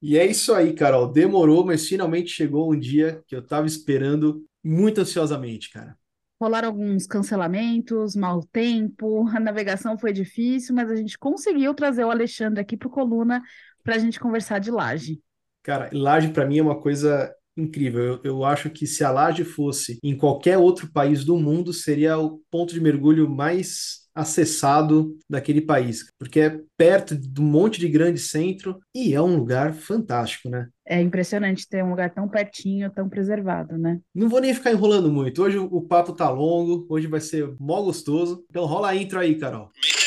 E é isso aí, Carol. Demorou, mas finalmente chegou um dia que eu tava esperando muito ansiosamente, cara. Rolaram alguns cancelamentos, mau tempo, a navegação foi difícil, mas a gente conseguiu trazer o Alexandre aqui para o Coluna para a gente conversar de laje. Cara, Laje para mim é uma coisa incrível. Eu acho que se a Laje fosse em qualquer outro país do mundo, seria o ponto de mergulho mais acessado daquele país, porque é perto de um monte de grande centro e é um lugar fantástico, né? É impressionante ter um lugar tão pertinho, tão preservado, né? Não vou nem ficar enrolando muito. Hoje o papo tá longo, hoje vai ser mó gostoso. Então rola a intro aí, Carol.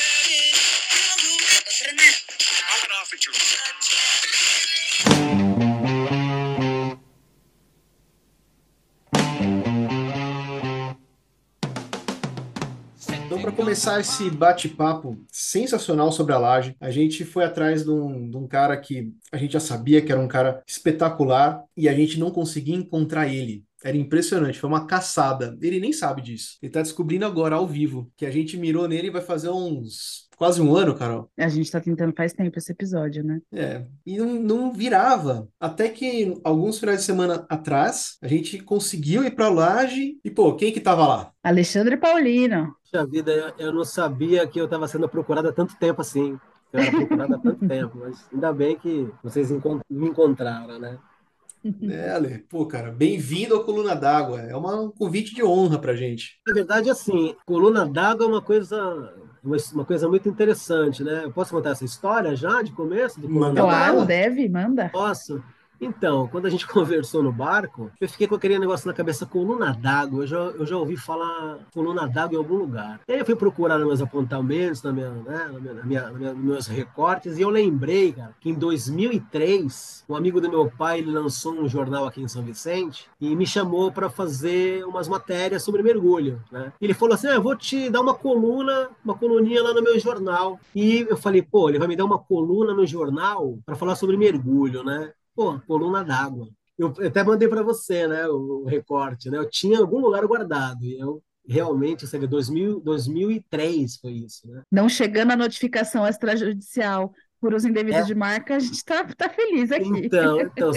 Então, para começar esse bate-papo sensacional sobre a Laje, a gente foi atrás de um cara que a gente já sabia que era um cara espetacular e a gente não conseguia encontrar ele. Era impressionante, foi uma caçada. Ele nem sabe disso. Ele está descobrindo agora, ao vivo, que a gente mirou nele e vai fazer uns quase um ano, Carol. A gente está tentando faz tempo esse episódio, né? É, e não virava. Até que alguns finais de semana atrás, a gente conseguiu ir para a Laje e, pô, quem que tava lá? Alexandre Paulino. Puxa vida, eu não sabia que eu estava sendo procurado há tanto tempo assim. Eu era procurado há tanto tempo, mas ainda bem que vocês me encontraram, né? É, Ale, pô, cara, bem-vindo ao Coluna d'Água. É um convite de honra pra gente. Na verdade, assim, coluna d'água é uma coisa muito interessante, né? Eu posso contar essa história já de começo do coluna Manda Claro, d'água? bala. deve, manda. Posso? Então, quando a gente conversou no barco, eu fiquei com aquele negócio na cabeça, coluna d'água. Eu já ouvi falar coluna d'água em algum lugar. E aí eu fui procurar nos meus apontamentos, nos meus recortes, e eu lembrei, cara, que em 2003, um amigo do meu pai, ele lançou um jornal aqui em São Vicente e me chamou para fazer umas matérias sobre mergulho, né? Ele falou assim, eu vou te dar uma coluninha lá no meu jornal. E eu falei, pô, ele vai me dar uma coluna no jornal para falar sobre mergulho, né? Pô, coluna d'água. Eu até mandei para você, né, o recorte, né? Eu tinha em algum lugar guardado e eu realmente, sei lá, 2003 foi isso, né? Não chegando a notificação extrajudicial por uso indevido É, de marca, a gente tá feliz aqui. então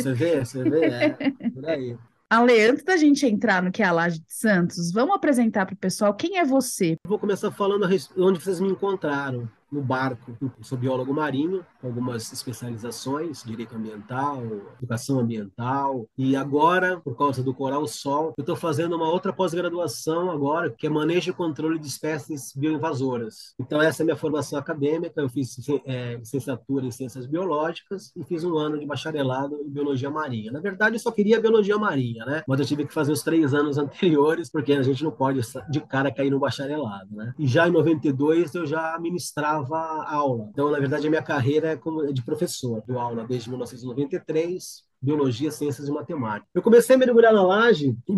por aí. Ale, antes da gente entrar no que é a Laje de Santos, vamos apresentar para o pessoal quem é você. Vou começar falando onde vocês me encontraram. No barco. Eu sou biólogo marinho, com algumas especializações, direito ambiental, educação ambiental. E agora, por causa do Coral Sol, eu estou fazendo uma outra pós-graduação agora, que é manejo e controle de espécies bioinvasoras. Então, essa é a minha formação acadêmica. Eu fiz licenciatura em ciências biológicas e fiz um ano de bacharelado em biologia marinha. Na verdade, eu só queria biologia marinha, né? Mas eu tive que fazer os 3 anos anteriores, porque a gente não pode de cara cair no bacharelado, né? E já em 92 eu já ministrava aula. Então, na verdade, a minha carreira é como de professor. Dou aula desde 1993, Biologia, Ciências e Matemática. Eu comecei a mergulhar na laje em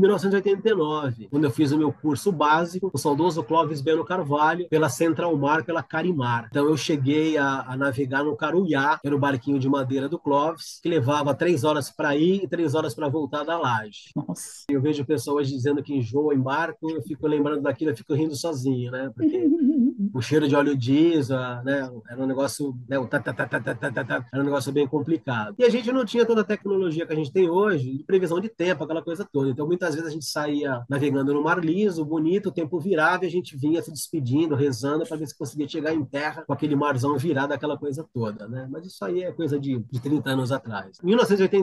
1989, quando eu fiz o meu curso básico, o saudoso Clóvis Beno Carvalho, pela Central Mar, pela Carimar. Então eu cheguei a navegar no Caruiá, que era o barquinho de madeira do Clóvis, que levava 3 horas para ir e 3 horas para voltar da laje. Nossa. Eu vejo pessoas dizendo que enjoa em barco, eu fico lembrando daquilo, eu fico rindo sozinho, né? Porque o cheiro de óleo diesel, né? Era um negócio, né? Era um negócio bem complicado. E a gente não tinha toda a tecnologia que a gente tem hoje, de previsão de tempo, aquela coisa toda. Então, muitas vezes a gente saía navegando no mar liso, bonito, o tempo virava e a gente vinha se despedindo, rezando para ver se conseguia chegar em terra com aquele marzão virado, aquela coisa toda, né? Mas isso aí é coisa de 30 anos atrás. Em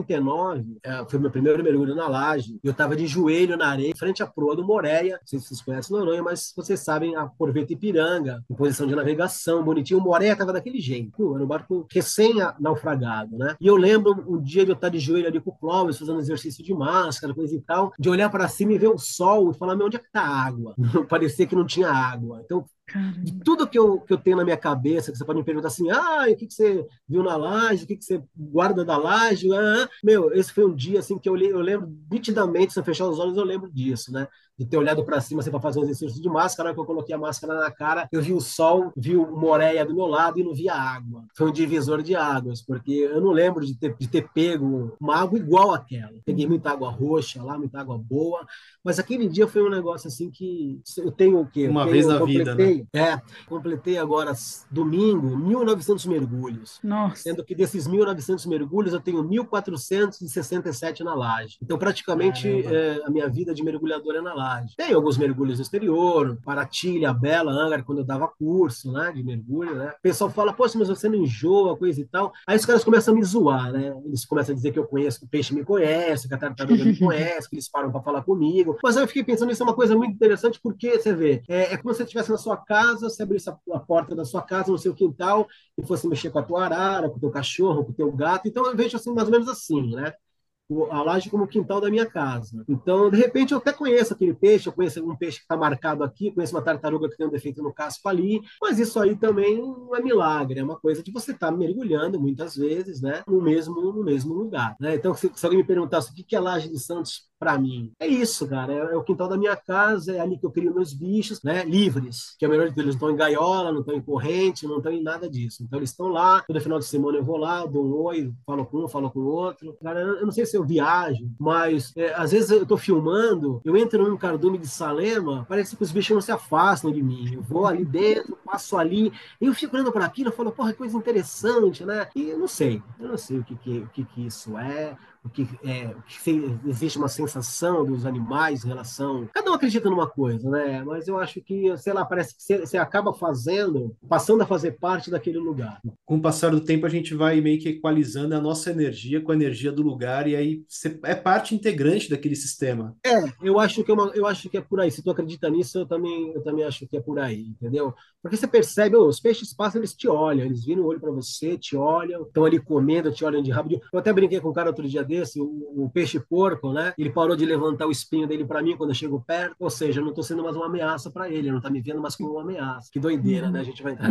1989, foi meu primeiro mergulho na laje. Eu estava de joelho na areia, frente à proa do Moreia. Não sei se vocês conhecem Noronha, mas vocês sabem a Corvette Ipiranga, em posição de navegação, bonitinho. O Moreia estava daquele jeito. Era um barco recém-naufragado, né? E eu lembro um dia de eu estar de joelho ali com o Clóvis, fazendo exercício de máscara, coisa e tal, de olhar para cima e ver o sol e falar, meu, onde é que está a água? Parecia que não tinha água. Então, de Caramba. tudo que eu tenho na minha cabeça, que você pode me perguntar assim, o que você viu na laje, o que você guarda da laje, meu, esse foi um dia assim que eu lembro nitidamente, se eu fechar os olhos, eu lembro disso, né? De ter olhado para cima assim, para fazer um exercício de máscara, na hora que eu coloquei a máscara na cara, eu vi o sol, vi o Moreia do meu lado e não via água. Foi um divisor de águas, porque eu não lembro de ter pego uma água igual àquela. Peguei muita água roxa lá, muita água boa, mas aquele dia foi um negócio assim que eu tenho o quê? Uma vez Eu na vida, completei né? cheio. Completei agora, domingo, 1.900 mergulhos. Nossa. Sendo que desses 1.900 mergulhos, eu tenho 1.467 na laje. Então, praticamente, a minha vida de mergulhador é na laje. Tem alguns mergulhos no exterior, Paraty, Ilhabela, Angra, quando eu dava curso, né, de mergulho, né? O pessoal fala, poxa, mas você não enjoa, coisa e tal. Aí os caras começam a me zoar, né? Eles começam a dizer que eu conheço, que o peixe me conhece, que a tartaruga me conhece, que eles param para falar comigo. Mas aí eu fiquei pensando, isso é uma coisa muito interessante, porque, você vê, é como se você estivesse na sua casa, você abrisse a porta da sua casa, no seu quintal, e fosse mexer com a tua arara, com o teu cachorro, com o teu gato. Então eu vejo assim, mais ou menos assim, né? A laje como o quintal da minha casa. Então, de repente, eu até conheço aquele peixe, eu conheço um peixe que está marcado aqui, conheço uma tartaruga que tem um defeito no casco ali, mas isso aí também não é milagre, é uma coisa de você estar mergulhando muitas vezes, né, no mesmo lugar, né? Então, se alguém me perguntasse o que é Laje de Santos para mim, é isso, cara, é o quintal da minha casa, é ali que eu crio meus bichos, né, livres, que é o melhor de tudo, eles não estão em gaiola, não estão em corrente, não estão em nada disso. Então, eles estão lá, todo final de semana eu vou lá, dou um oi, falo com um, falo com o outro. Cara, eu não sei se eu viajo, mas às vezes eu tô filmando, eu entro num cardume de Salema, parece que os bichos não se afastam de mim. Eu vou ali dentro, passo ali, e eu fico olhando para aquilo, eu falo, porra, que coisa interessante, né? E eu não sei o que isso é, existe uma sensação dos animais em relação. Cada um acredita numa coisa, né? Mas eu acho que, sei lá, parece que você acaba passando a fazer parte daquele lugar. Com o passar do tempo, a gente vai meio que equalizando a nossa energia com a energia do lugar, e aí você é parte integrante daquele sistema. Eu acho que é por aí. Se tu acredita nisso, eu também acho que é por aí, entendeu? Porque você percebe, os peixes passam, eles te olham, eles viram o olho para você, te olham, estão ali comendo, te olham de rabo. Eu até brinquei com um cara outro dia desse, o peixe porco, né? Ele parou de levantar o espinho dele para mim quando eu chego perto, ou seja, eu não estou sendo mais uma ameaça para ele, ele não está me vendo mais como uma ameaça. Que doideira, né? A gente vai entrar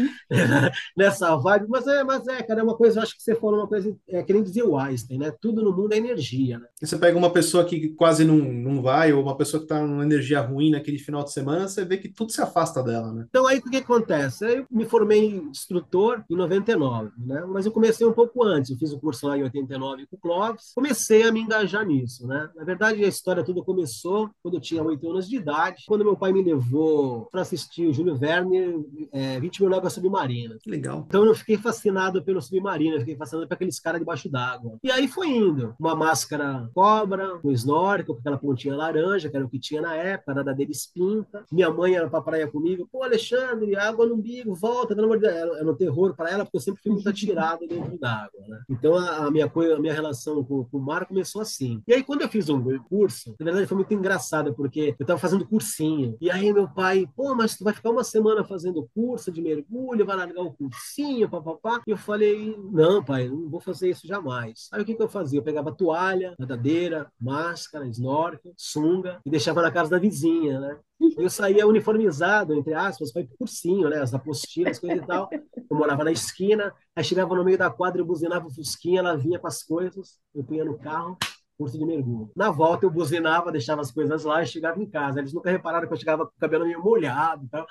nessa vibe, mas cara, é uma coisa, eu acho que você falou uma coisa, que nem dizia o Einstein, né? Tudo no mundo é energia, né? Você pega uma pessoa que quase não vai, ou uma pessoa que está numa energia ruim naquele final de semana, você vê que tudo se afasta dela, né? Então, aí o que acontece? Eu me formei instrutor em 99, né? Mas eu comecei um pouco antes. Eu fiz o curso lá em 89 com o Clóvis. Comecei a me engajar nisso, né? Na verdade, a história toda começou quando eu tinha 8 anos de idade, quando meu pai me levou para assistir o Júlio Verne, 20 mil léguas submarinas. Que legal. Então, eu fiquei fascinado pelo submarino, eu fiquei fascinado por aqueles caras debaixo d'água. E aí foi indo. Uma máscara cobra, um snorkel, com aquela pontinha laranja, que era o que tinha na época, a nadadeira espinta. Minha mãe era pra praia comigo. Pô, Alexandre, água no umbigo, volta, pelo amor de Deus. Era um terror para ela, porque eu sempre fui muito atirado dentro d'água, né? Então, a minha relação com o mar começou assim. E aí, quando eu fiz um curso, na verdade foi muito engraçado, porque eu tava fazendo cursinho. E aí, meu pai, pô, mas tu vai ficar uma semana fazendo curso de mergulho, vai largar o cursinho, papapá. E eu falei, não, pai, não vou fazer isso jamais. Aí, o que eu fazia? Eu pegava toalha, nadadeira, máscara, snorkel, sunga, e deixava na casa da vizinha, né? Eu saía uniformizado, entre aspas, para ir pro cursinho, né? As apostilas, coisa e tal. Eu morava na esquina, aí chegava no meio da quadra, eu buzinava o fusquinha, ela vinha com as coisas, eu punha no carro, curso de mergulho. Na volta eu buzinava, deixava as coisas lá e chegava em casa. Eles nunca repararam que eu chegava com o cabelo meio molhado e tal,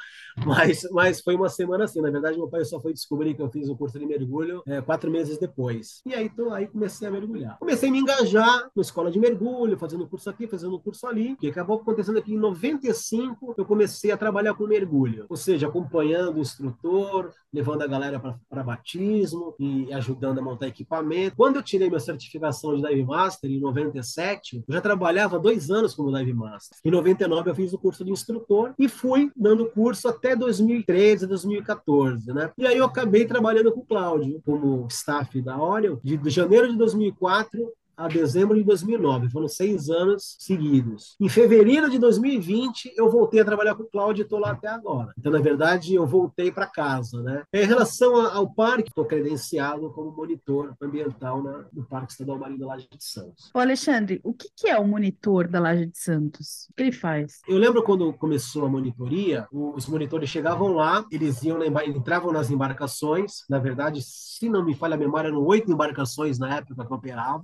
mas foi uma semana assim. Na verdade, meu pai só foi descobrir que eu fiz o curso de mergulho 4 meses depois. E aí, comecei a mergulhar. Comecei a me engajar na escola de mergulho, fazendo curso aqui, fazendo curso ali, e acabou acontecendo aqui em 95, eu comecei a trabalhar com mergulho, ou seja, acompanhando o instrutor, levando a galera para batismo e ajudando a montar equipamento. Quando eu tirei minha certificação de Dive Master, em 97, eu já trabalhava 2 anos como Dive Master. Em 99, eu fiz o curso de instrutor e fui dando curso até 2013, 2014, né? E aí eu acabei trabalhando com o Cláudio como staff da Orion, de janeiro de 2004 a dezembro de 2009. Foram 6 anos seguidos. Em fevereiro de 2020, eu voltei a trabalhar com o Cláudio e estou lá até agora. Então, na verdade, eu voltei para casa, né? Em relação ao parque, estou credenciado como monitor ambiental, né, do Parque Estadual Marinho da Laje de Santos. Ô, Alexandre, o que é o monitor da Laje de Santos? O que ele faz? Eu lembro quando começou a monitoria, os monitores chegavam lá, eles entravam nas embarcações, na verdade, se não me falha a memória, eram 8 embarcações na época que eu operava, e eles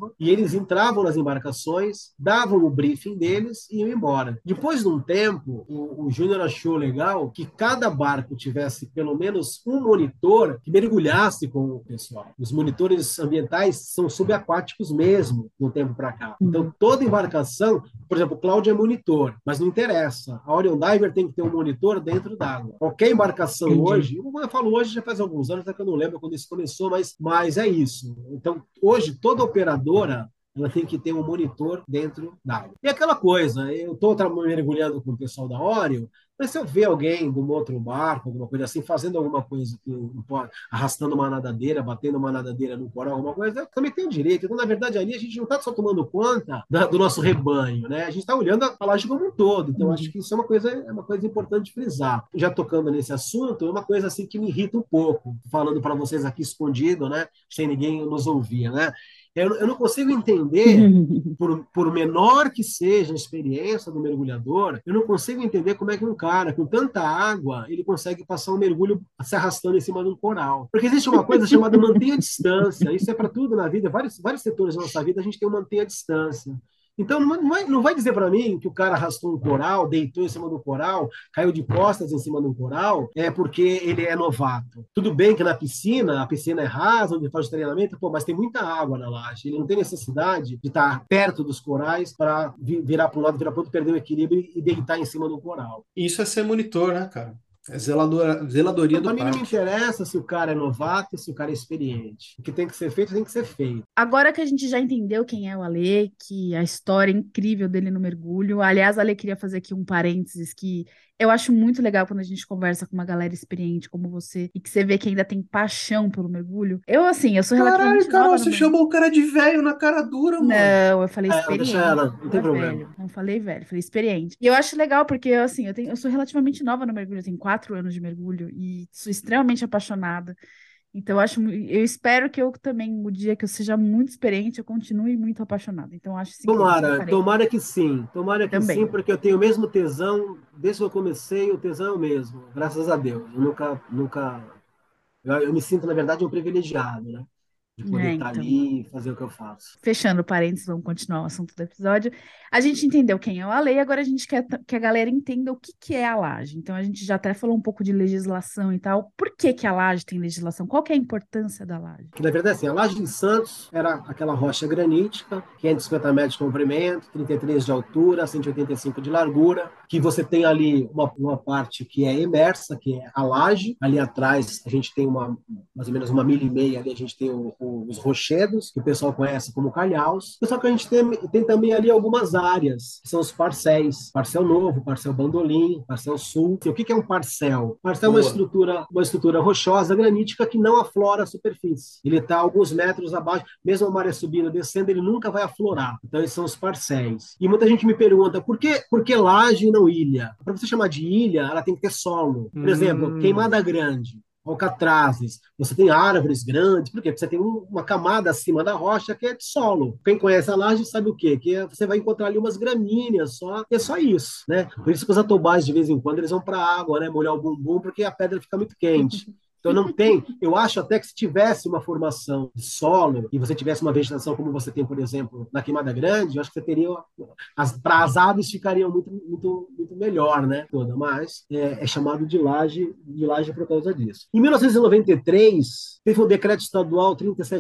eles entravam nas embarcações, davam o briefing deles e iam embora. Depois de um tempo, o Júnior achou legal que cada barco tivesse pelo menos um monitor que mergulhasse com o pessoal. Os monitores ambientais são subaquáticos mesmo, de um tempo para cá. Então, toda embarcação, por exemplo, o Cláudio é monitor, mas não interessa. A Orion Diver tem que ter um monitor dentro d'água. Qualquer embarcação hoje, eu falo hoje já faz alguns anos, até que eu não lembro quando isso começou, mas é isso. Então, hoje, toda operadora ela tem que ter um monitor dentro d'água. E aquela coisa, eu estou mergulhando com o pessoal da Oreo, mas se eu ver alguém de um outro barco, alguma coisa assim, fazendo alguma coisa, arrastando uma nadadeira, batendo uma nadadeira no coral, alguma coisa, eu também tenho direito. Então, na verdade, ali a gente não está só tomando conta do nosso rebanho, né? A gente está olhando a laje como um todo. Então, acho que isso é uma coisa importante de frisar. Já tocando nesse assunto, é uma coisa assim que me irrita um pouco, falando para vocês aqui escondido, né? Sem ninguém nos ouvir, né? Eu não consigo entender, por menor que seja a experiência do mergulhador, eu não consigo entender como é que um cara com tanta água ele consegue passar um mergulho se arrastando em cima de um coral. Porque existe uma coisa chamada manter a distância. Isso é para tudo na vida. Vários setores da nossa vida a gente tem um manter a distância. Então, não vai dizer para mim que o cara arrastou um coral, deitou em cima do coral, caiu de costas em cima de um coral, porque ele é novato. Tudo bem que na piscina, a piscina é rasa, onde faz o treinamento, mas tem muita água na laje. Ele não tem necessidade de estar perto dos corais para virar para um lado, virar para o outro, perder o equilíbrio e deitar em cima do coral. Isso é ser monitor, né, cara? É zeladoria do parque. Para mim não me parque. interessa se o cara é novato, se o cara é experiente. O que tem que ser feito, tem que ser feito. Agora que a gente já entendeu quem é o Ale, que a história incrível dele no mergulho. Aliás, Ale, queria fazer aqui um parênteses que eu acho muito legal quando a gente conversa com uma galera experiente como você e que você vê que ainda tem paixão pelo mergulho. Eu sou relativamente Caralho, Carol, nova no você mergulho. chamou o cara de velho na cara dura, mano. Não, eu falei Deixa experiente, ela, não tem não é problema. velho. Não falei velho, falei experiente. E eu acho legal porque, assim, eu sou relativamente nova no mergulho, eu tenho 4 anos de mergulho e sou extremamente apaixonada. Então, eu espero que eu também, o dia que eu seja muito experiente, eu continue muito apaixonada. Então, eu acho isso incrível. Tomara que sim. Tomara que Também. sim, porque eu tenho o mesmo tesão, desde que eu comecei, o tesão é o mesmo, graças a Deus. Eu me sinto, na verdade, um privilegiado, né? De poder estar Então. ali e fazer o que eu faço. Fechando parênteses, vamos continuar o assunto do episódio. A gente entendeu quem é o Ale, agora a gente quer que a galera entenda o que é a laje. Então, a gente já até falou um pouco de legislação e tal. Por que a laje tem legislação? Qual que é a importância da laje? Que, na verdade, assim, a laje de Santos era aquela rocha granítica, 550 metros de comprimento, 33 de altura, 185 de largura, que você tem ali uma parte que é imersa, que é a laje. Ali atrás, a gente tem mais ou menos 1,5 milha ali, a gente tem os rochedos, que o pessoal conhece como calhaus. Só que a gente tem também ali algumas áreas, que são os parcéis. Parcel Novo, Parcel Bandolim, Parcel Sul. O que é um parcel? Parcel é uma estrutura rochosa, granítica, que não aflora a superfície. Ele está alguns metros abaixo, mesmo a maré subindo, descendo, ele nunca vai aflorar. Então, esses são os parcéis. E muita gente me pergunta, por que laje e não ilha? Para você chamar de ilha, ela tem que ter solo. Por exemplo, Queimada Grande, alcatrazes, você tem árvores grandes, por quê? Porque você tem uma camada acima da rocha que é de solo. Quem conhece a laje sabe o quê? Que você vai encontrar ali umas gramíneas só, e é só isso, né? Por isso que os atobais, de vez em quando, eles vão para a água, né? Molhar o bumbum, porque a pedra fica muito quente. Então não tem, eu acho até que se tivesse uma formação de solo e você tivesse uma vegetação como você tem, por exemplo, na Queimada Grande, eu acho que você teria, para as aves ficariam muito, muito, muito melhor, né? Mas é chamado de laje por causa disso. Em 1993, teve o decreto estadual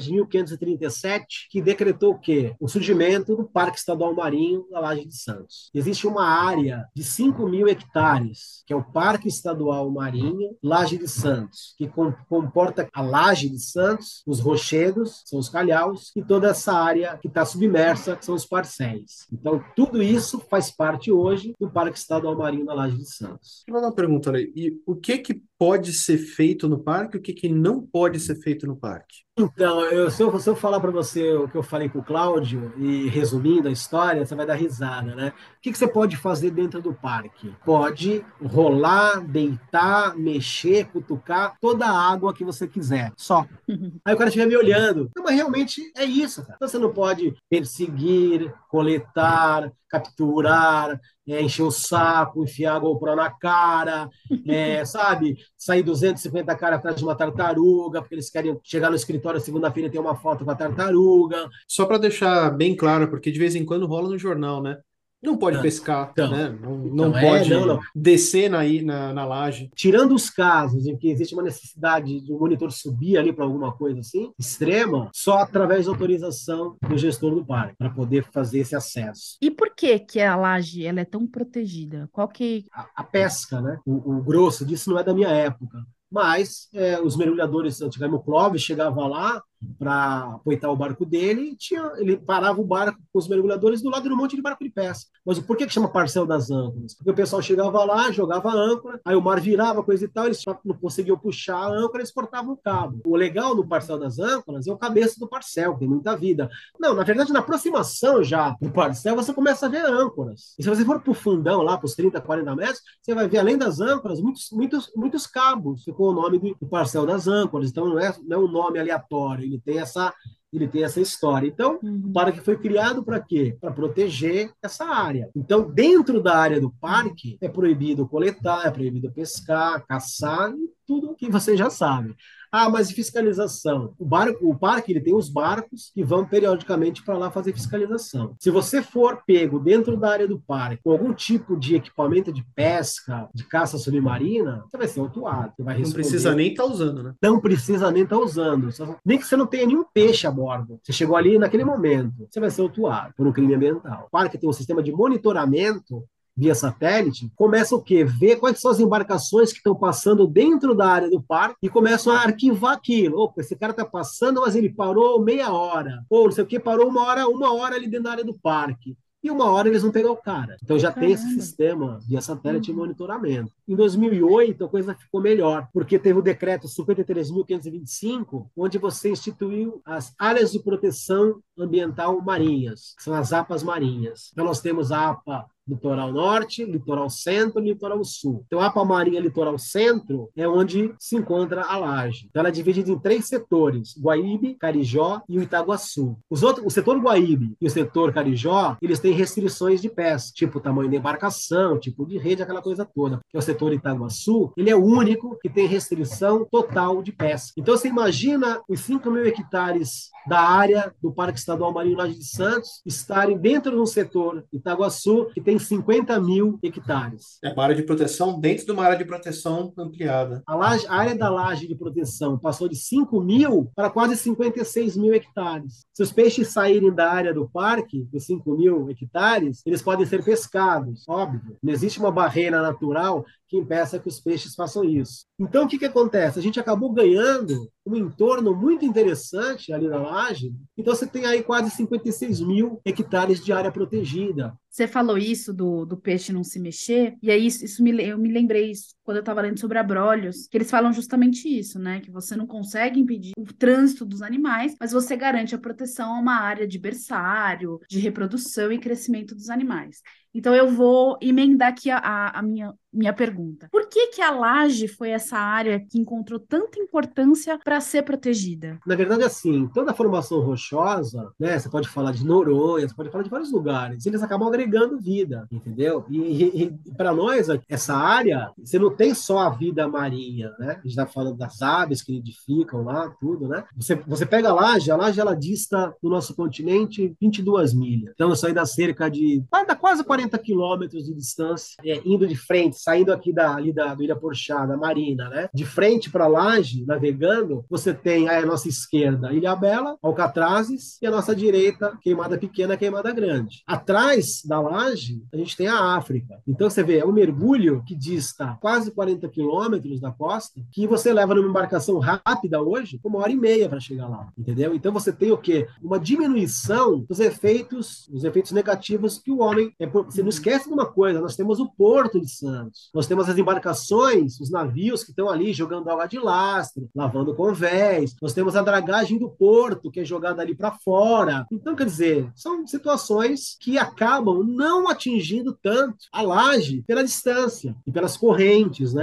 37.537 que decretou o quê? O surgimento do Parque Estadual Marinho da Laje de Santos. Existe uma área de 5.000 hectares, que é o Parque Estadual Marinho Laje de Santos, que comporta a Laje de Santos, os rochedos, são os calhaus, e toda essa área que está submersa, que são os parcéis. Então, tudo isso faz parte hoje do Parque Estadual Marinho da Laje de Santos. Vou dar uma pergunta, Ale. E o que pode ser feito no parque e o que não pode ser feito no parque? Então, se eu falar para você o que eu falei com o Cláudio, e resumindo a história, você vai dar risada, né? O que você pode fazer dentro do parque? Pode rolar, deitar, mexer, cutucar toda a água que você quiser, só. Aí o cara fica me olhando. Não, mas realmente é isso, cara. Então, você não pode perseguir, coletar, capturar, encher o saco, enfiar a GoPro na cara, sabe? Sair 250 caras atrás de uma tartaruga, porque eles querem chegar no escritório segunda-feira e ter uma foto com a tartaruga. Só para deixar bem claro, porque de vez em quando rola no jornal, né? Não pode Ah, pescar, Então, né? Não, não então não, pode não. descer na laje. Tirando os casos em que existe uma necessidade de um monitor subir ali para alguma coisa assim, extrema, só através da autorização do gestor do parque, para poder fazer esse acesso. E por que que a laje ela é tão protegida? Qual que... A pesca, né? O grosso disso não é da minha época. Mas os mergulhadores, antigamente o Clóvis chegava lá para apoiar o barco dele, ele parava o barco com os mergulhadores do lado de um monte de barco de pesca. Mas por que chama Parcel das Âncoras? Porque o pessoal chegava lá, jogava a âncora, aí o mar virava, coisa e tal, eles não conseguiam puxar a âncora, eles cortavam o cabo. O legal do Parcel das Âncoras é o cabeça do parcel, que tem muita vida. Não, na verdade, na aproximação já do parcel, você começa a ver âncoras. E se você for para o fundão, lá para os 30, 40 metros, você vai ver, além das âncoras, muitos cabos. Ficou o nome do Parcel das Âncoras. Então, não é um nome aleatório, ele tem essa história. Então, o parque foi criado para quê? Para proteger essa área. Então, dentro da área do parque, é proibido coletar, é proibido pescar, caçar e tudo que você já sabe. Ah, mas fiscalização. O parque ele tem os barcos que vão periodicamente para lá fazer fiscalização. Se você for pego dentro da área do parque com algum tipo de equipamento de pesca, de caça submarina, você vai ser autuado. Você vai Não responder. precisa nem estar usando, né? Não precisa nem estar usando. Nem que você não tenha nenhum peixe a bordo. Você chegou ali naquele momento. Você vai ser autuado por um crime ambiental. O parque tem um sistema de monitoramento via satélite, começa o quê? Ver quais são as embarcações que estão passando dentro da área do parque e começam a arquivar aquilo. Opa, esse cara está passando, mas ele parou meia hora. Ou não sei o que, parou uma hora ali dentro da área do parque. E uma hora eles vão pegar o cara. Então já tem esse sistema via satélite de monitoramento. Em 2008, a coisa ficou melhor, porque teve o decreto 53.525, onde você instituiu as áreas de proteção ambiental marinhas, que são as APAs marinhas. Então nós temos a APA Litoral Norte, Litoral Centro e Litoral Sul. Então, a APA Marinha Litoral Centro é onde se encontra a laje. Então, ela é dividida em 3 setores: Guaíbe, Carijó e o Itaguaçu. O setor Guaíbe e o setor Carijó, eles têm restrições de pesca, tipo tamanho da embarcação, tipo de rede, aquela coisa toda. Que é o setor Itaguaçu, ele é o único que tem restrição total de pesca. Então, você imagina os 5.000 hectares da área do Parque Estadual Marinho Laje de Santos estarem dentro de um setor Itaguaçu que tem 50.000 hectares. É uma área de proteção dentro de uma área de proteção ampliada. A área da laje de proteção passou de 5.000 para quase 56.000 hectares. Se os peixes saírem da área do parque, dos 5.000 hectares, eles podem ser pescados, óbvio. Não existe uma barreira natural que impeça que os peixes façam isso. Então, o que acontece? A gente acabou ganhando um entorno muito interessante ali na laje. Então, você tem aí quase 56.000 hectares de área protegida. Você falou isso do peixe não se mexer, e aí eu me lembrei isso quando eu estava lendo sobre abrolhos, que eles falam justamente isso, né? Que você não consegue impedir o trânsito dos animais, mas você garante a proteção a uma área de berçário, de reprodução e crescimento dos animais. Então eu vou emendar aqui a minha pergunta. Por que que a laje foi essa área que encontrou tanta importância para ser protegida? Na verdade, assim, toda a formação rochosa, né? Você pode falar de Noronha, você pode falar de vários lugares, eles acabam agregando vida, entendeu? E para nós, essa área, você não tem só a vida marinha, né? A gente está falando das aves que nidificam lá, tudo, né? Você pega a laje ela dista do nosso continente 22 milhas. Então, isso aí dá cerca de quase 40 quilômetros de distância, indo de frente, saindo aqui do Ilha Porchá, da Marina, né? De frente para a laje, navegando, você tem à nossa esquerda Ilha Bela, Alcatrazes, e à nossa direita Queimada Pequena, Queimada Grande. Atrás da laje, a gente tem a África. Então, você vê, é um mergulho que dista quase 40 quilômetros da costa, que você leva numa embarcação rápida hoje, 1h30 para chegar lá, entendeu? Então, você tem o quê? Uma diminuição dos efeitos negativos que o homem... Você não esquece de uma coisa, nós temos o Porto de Santos, nós temos as embarcações, os navios que estão ali jogando água de lastro, lavando convéis, nós temos a dragagem do porto, que é jogada ali para fora. Então, quer dizer, são situações que acabam não atingindo tanto a laje pela distância e pelas correntes, né? O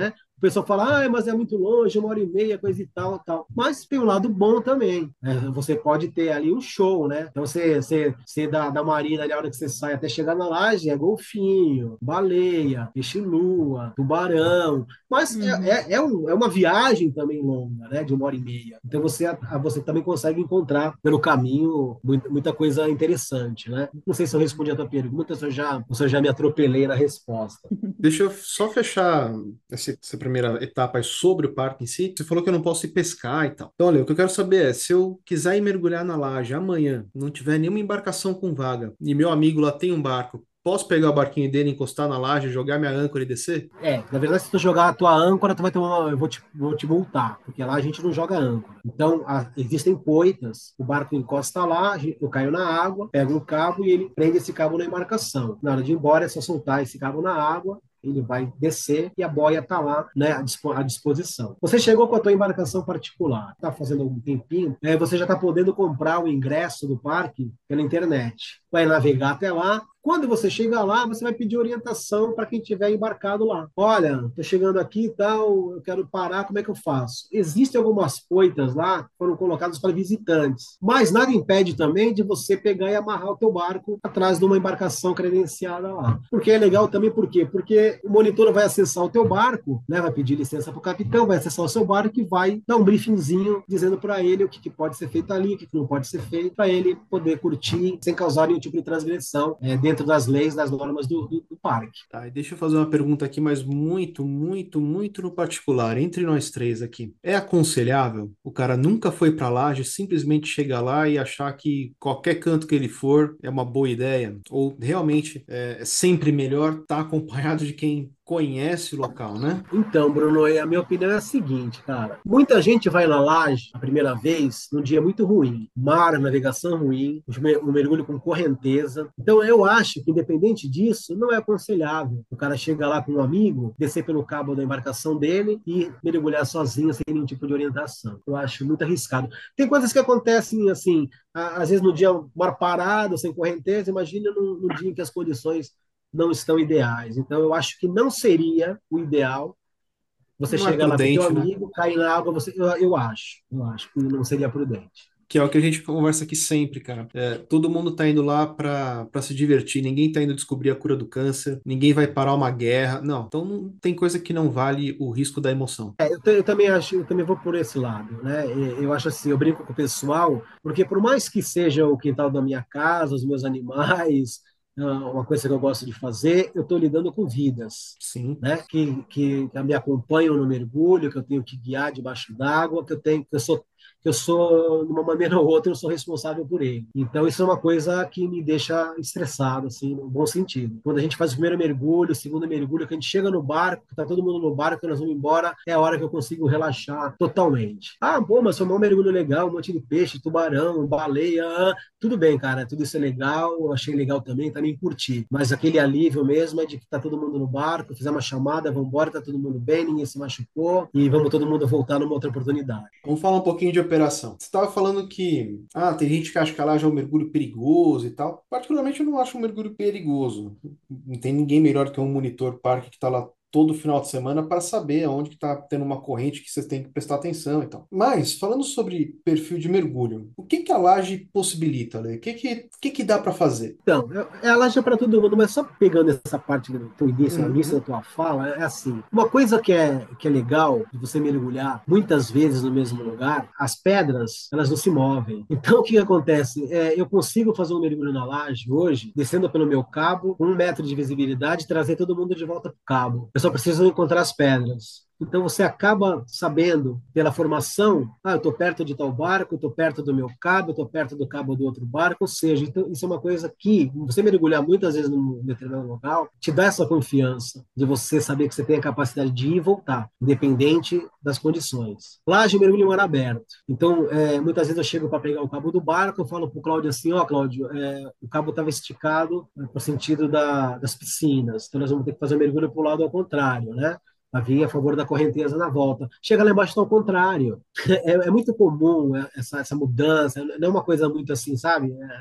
pessoal fala, mas é muito longe, 1h30, coisa e tal, tal. Mas tem um lado bom também. Você pode ter ali um show, né? Então você da marina, ali, a hora que você sai até chegar na laje, é golfinho, baleia, peixe-lua, tubarão. Mas Uhum. é uma viagem também longa, né? De 1h30. Então você também consegue encontrar pelo caminho muita coisa interessante, né? Não sei se eu respondi a tua pergunta, se eu já me atropelei na resposta. Deixa eu só fechar essa primeira etapa aí sobre o parque em si. Você falou que eu não posso ir pescar e tal. Então, olha, o que eu quero saber é, se eu quiser ir mergulhar na laje amanhã, não tiver nenhuma embarcação com vaga, e meu amigo lá tem um barco, posso pegar o barquinho dele, encostar na laje, jogar minha âncora e descer? Na verdade, se tu jogar a tua âncora, tu vai ter eu vou te multar, porque lá a gente não joga âncora. Então, existem poitas, o barco encosta lá, eu caio na água, pego um cabo e ele prende esse cabo na embarcação. Na hora de ir embora, é só soltar esse cabo na água, ele vai descer e a boia está lá, né, à disposição. Você chegou com a tua embarcação particular, está fazendo algum tempinho, você já está podendo comprar o ingresso do parque pela internet. Vai navegar até lá. Quando você chegar lá, você vai pedir orientação para quem tiver embarcado lá. Olha, estou chegando aqui e tal, eu quero parar, como é que eu faço? Existem algumas poitas lá que foram colocadas para visitantes, mas nada impede também de você pegar e amarrar o teu barco atrás de uma embarcação credenciada lá. Porque é legal também, por quê? Porque o monitor vai acessar o teu barco, né, vai pedir licença para o capitão, vai acessar o seu barco e vai dar um briefingzinho dizendo para ele o que pode ser feito ali, o que não pode ser feito, para ele poder curtir sem causar nenhum tipo de transgressão dentro das leis, das normas do parque. Tá, e deixa eu fazer uma pergunta aqui, mas muito, muito, muito no particular, entre nós três aqui. É aconselhável o cara nunca foi para laje, simplesmente chegar lá e achar que qualquer canto que ele for é uma boa ideia? Ou realmente é sempre melhor estar acompanhado de quem conhece o local, né? Então, Bruno, a minha opinião é a seguinte, cara. Muita gente vai na laje a primeira vez num dia muito ruim. Mar, navegação ruim, um mergulho com correnteza. Então, eu acho que, independente disso, não é aconselhável. O cara chega lá com um amigo, descer pelo cabo da embarcação dele e mergulhar sozinho, sem nenhum tipo de orientação. Eu acho muito arriscado. Tem coisas que acontecem, assim, às vezes no dia mar parado, sem correnteza. Imagina no dia em que as condições não estão ideais. Então, eu acho que não seria o ideal você Não é chegar lá com o teu prudente, né? amigo, cair na água, eu acho que não seria prudente. Que é o que a gente conversa aqui sempre, cara. É, todo mundo tá indo lá para se divertir, ninguém tá indo descobrir a cura do câncer, ninguém vai parar uma guerra. Não, então tem coisa que não vale o risco da emoção. Eu também acho, eu também vou por esse lado, né? Eu acho assim, eu brinco com o pessoal, porque por mais que seja o quintal da minha casa, os meus animais, uma coisa que eu gosto de fazer, eu estou lidando com vidas, Sim. né? Que me acompanham no mergulho, que eu tenho que guiar debaixo d'água, que eu sou, de uma maneira ou outra, eu sou responsável por ele. Então, isso é uma coisa que me deixa estressado, assim, no bom sentido. Quando a gente faz o primeiro mergulho, o segundo mergulho, que a gente chega no barco, que tá todo mundo no barco, que nós vamos embora, é a hora que eu consigo relaxar totalmente. Pô, mas foi um mergulho legal, um monte de peixe, tubarão, baleia, tudo bem, cara, tudo isso é legal, eu achei legal também curti. Mas aquele alívio mesmo é de que tá todo mundo no barco, fizer uma chamada, vamos embora, tá todo mundo bem, ninguém se machucou, e vamos todo mundo voltar numa outra oportunidade. Vamos falar um pouquinho de operação. Você estava falando que tem gente que acha que a laje é um mergulho perigoso e tal. Particularmente, eu não acho um mergulho perigoso. Não tem ninguém melhor que um monitor parque que está lá todo final de semana para saber aonde que está tendo uma corrente que você tem que prestar atenção e tal. Mas, falando sobre perfil de mergulho, o que que a laje possibilita, Lê? O que que dá para fazer? Então, ela já para todo mundo, mas só pegando essa parte do teu início, a início da Uhum. tua fala, é assim, uma coisa que é legal de você mergulhar muitas vezes no mesmo lugar, as pedras, elas não se movem. Então, o que acontece? Eu consigo fazer um mergulho na laje hoje, descendo pelo meu cabo, 1 metro de visibilidade, trazer todo mundo de volta para o cabo. Eu só preciso encontrar as pedras. Então você acaba sabendo pela formação, eu estou perto de tal barco, estou perto do meu cabo, estou perto do cabo do outro barco, ou seja, então isso é uma coisa que você mergulhar muitas vezes num determinado local, te dá essa confiança de você saber que você tem a capacidade de ir e voltar, independente das condições. Laje mergulho em mar aberto. Então, muitas vezes eu chego para pegar o cabo do barco, eu falo para o Cláudio assim, Cláudio, o cabo estava esticado para o sentido das piscinas, então nós vamos ter que fazer o mergulho para o lado ao contrário, né? A vir a favor da correnteza na volta. Chega lá embaixo, está ao contrário. É muito comum essa mudança, não é uma coisa muito assim, sabe?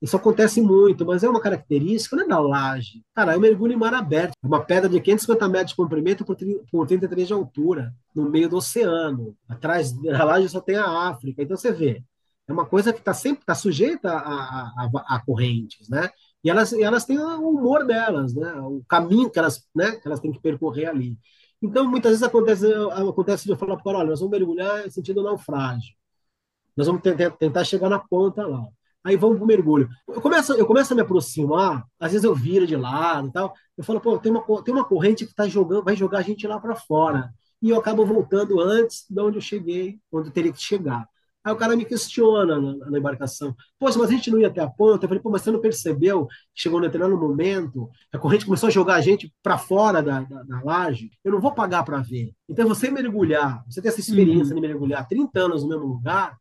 Isso acontece muito, mas é uma característica, não é da laje. Cara, eu mergulho em mar aberto. É uma pedra de 550 metros de comprimento por 33 de altura, no meio do oceano. Atrás da laje só tem a África. Então você vê, é uma coisa que está sempre tá sujeita a correntes, né? E elas têm o humor delas, né? O caminho que elas, né, que elas têm que percorrer ali. Então, muitas vezes acontece de eu falar para o cara, olha, nós vamos mergulhar em sentido naufrágio. Nós vamos tentar chegar na ponta lá. Aí vamos pro mergulho. Eu começo a me aproximar, às vezes eu viro de lado e tal. Eu falo, pô, tem uma corrente que tá jogando, vai jogar a gente lá para fora. E eu acabo voltando antes de onde eu cheguei, onde eu teria que chegar. Aí o cara me questiona na embarcação. Poxa, mas a gente não ia até a ponta? Eu falei, pô, mas você não percebeu que chegou no determinado momento, a corrente começou a jogar a gente para fora da laje? Eu não vou pagar para ver. Então, você mergulhar, você ter essa experiência Uhum. de mergulhar 30 anos no mesmo lugar,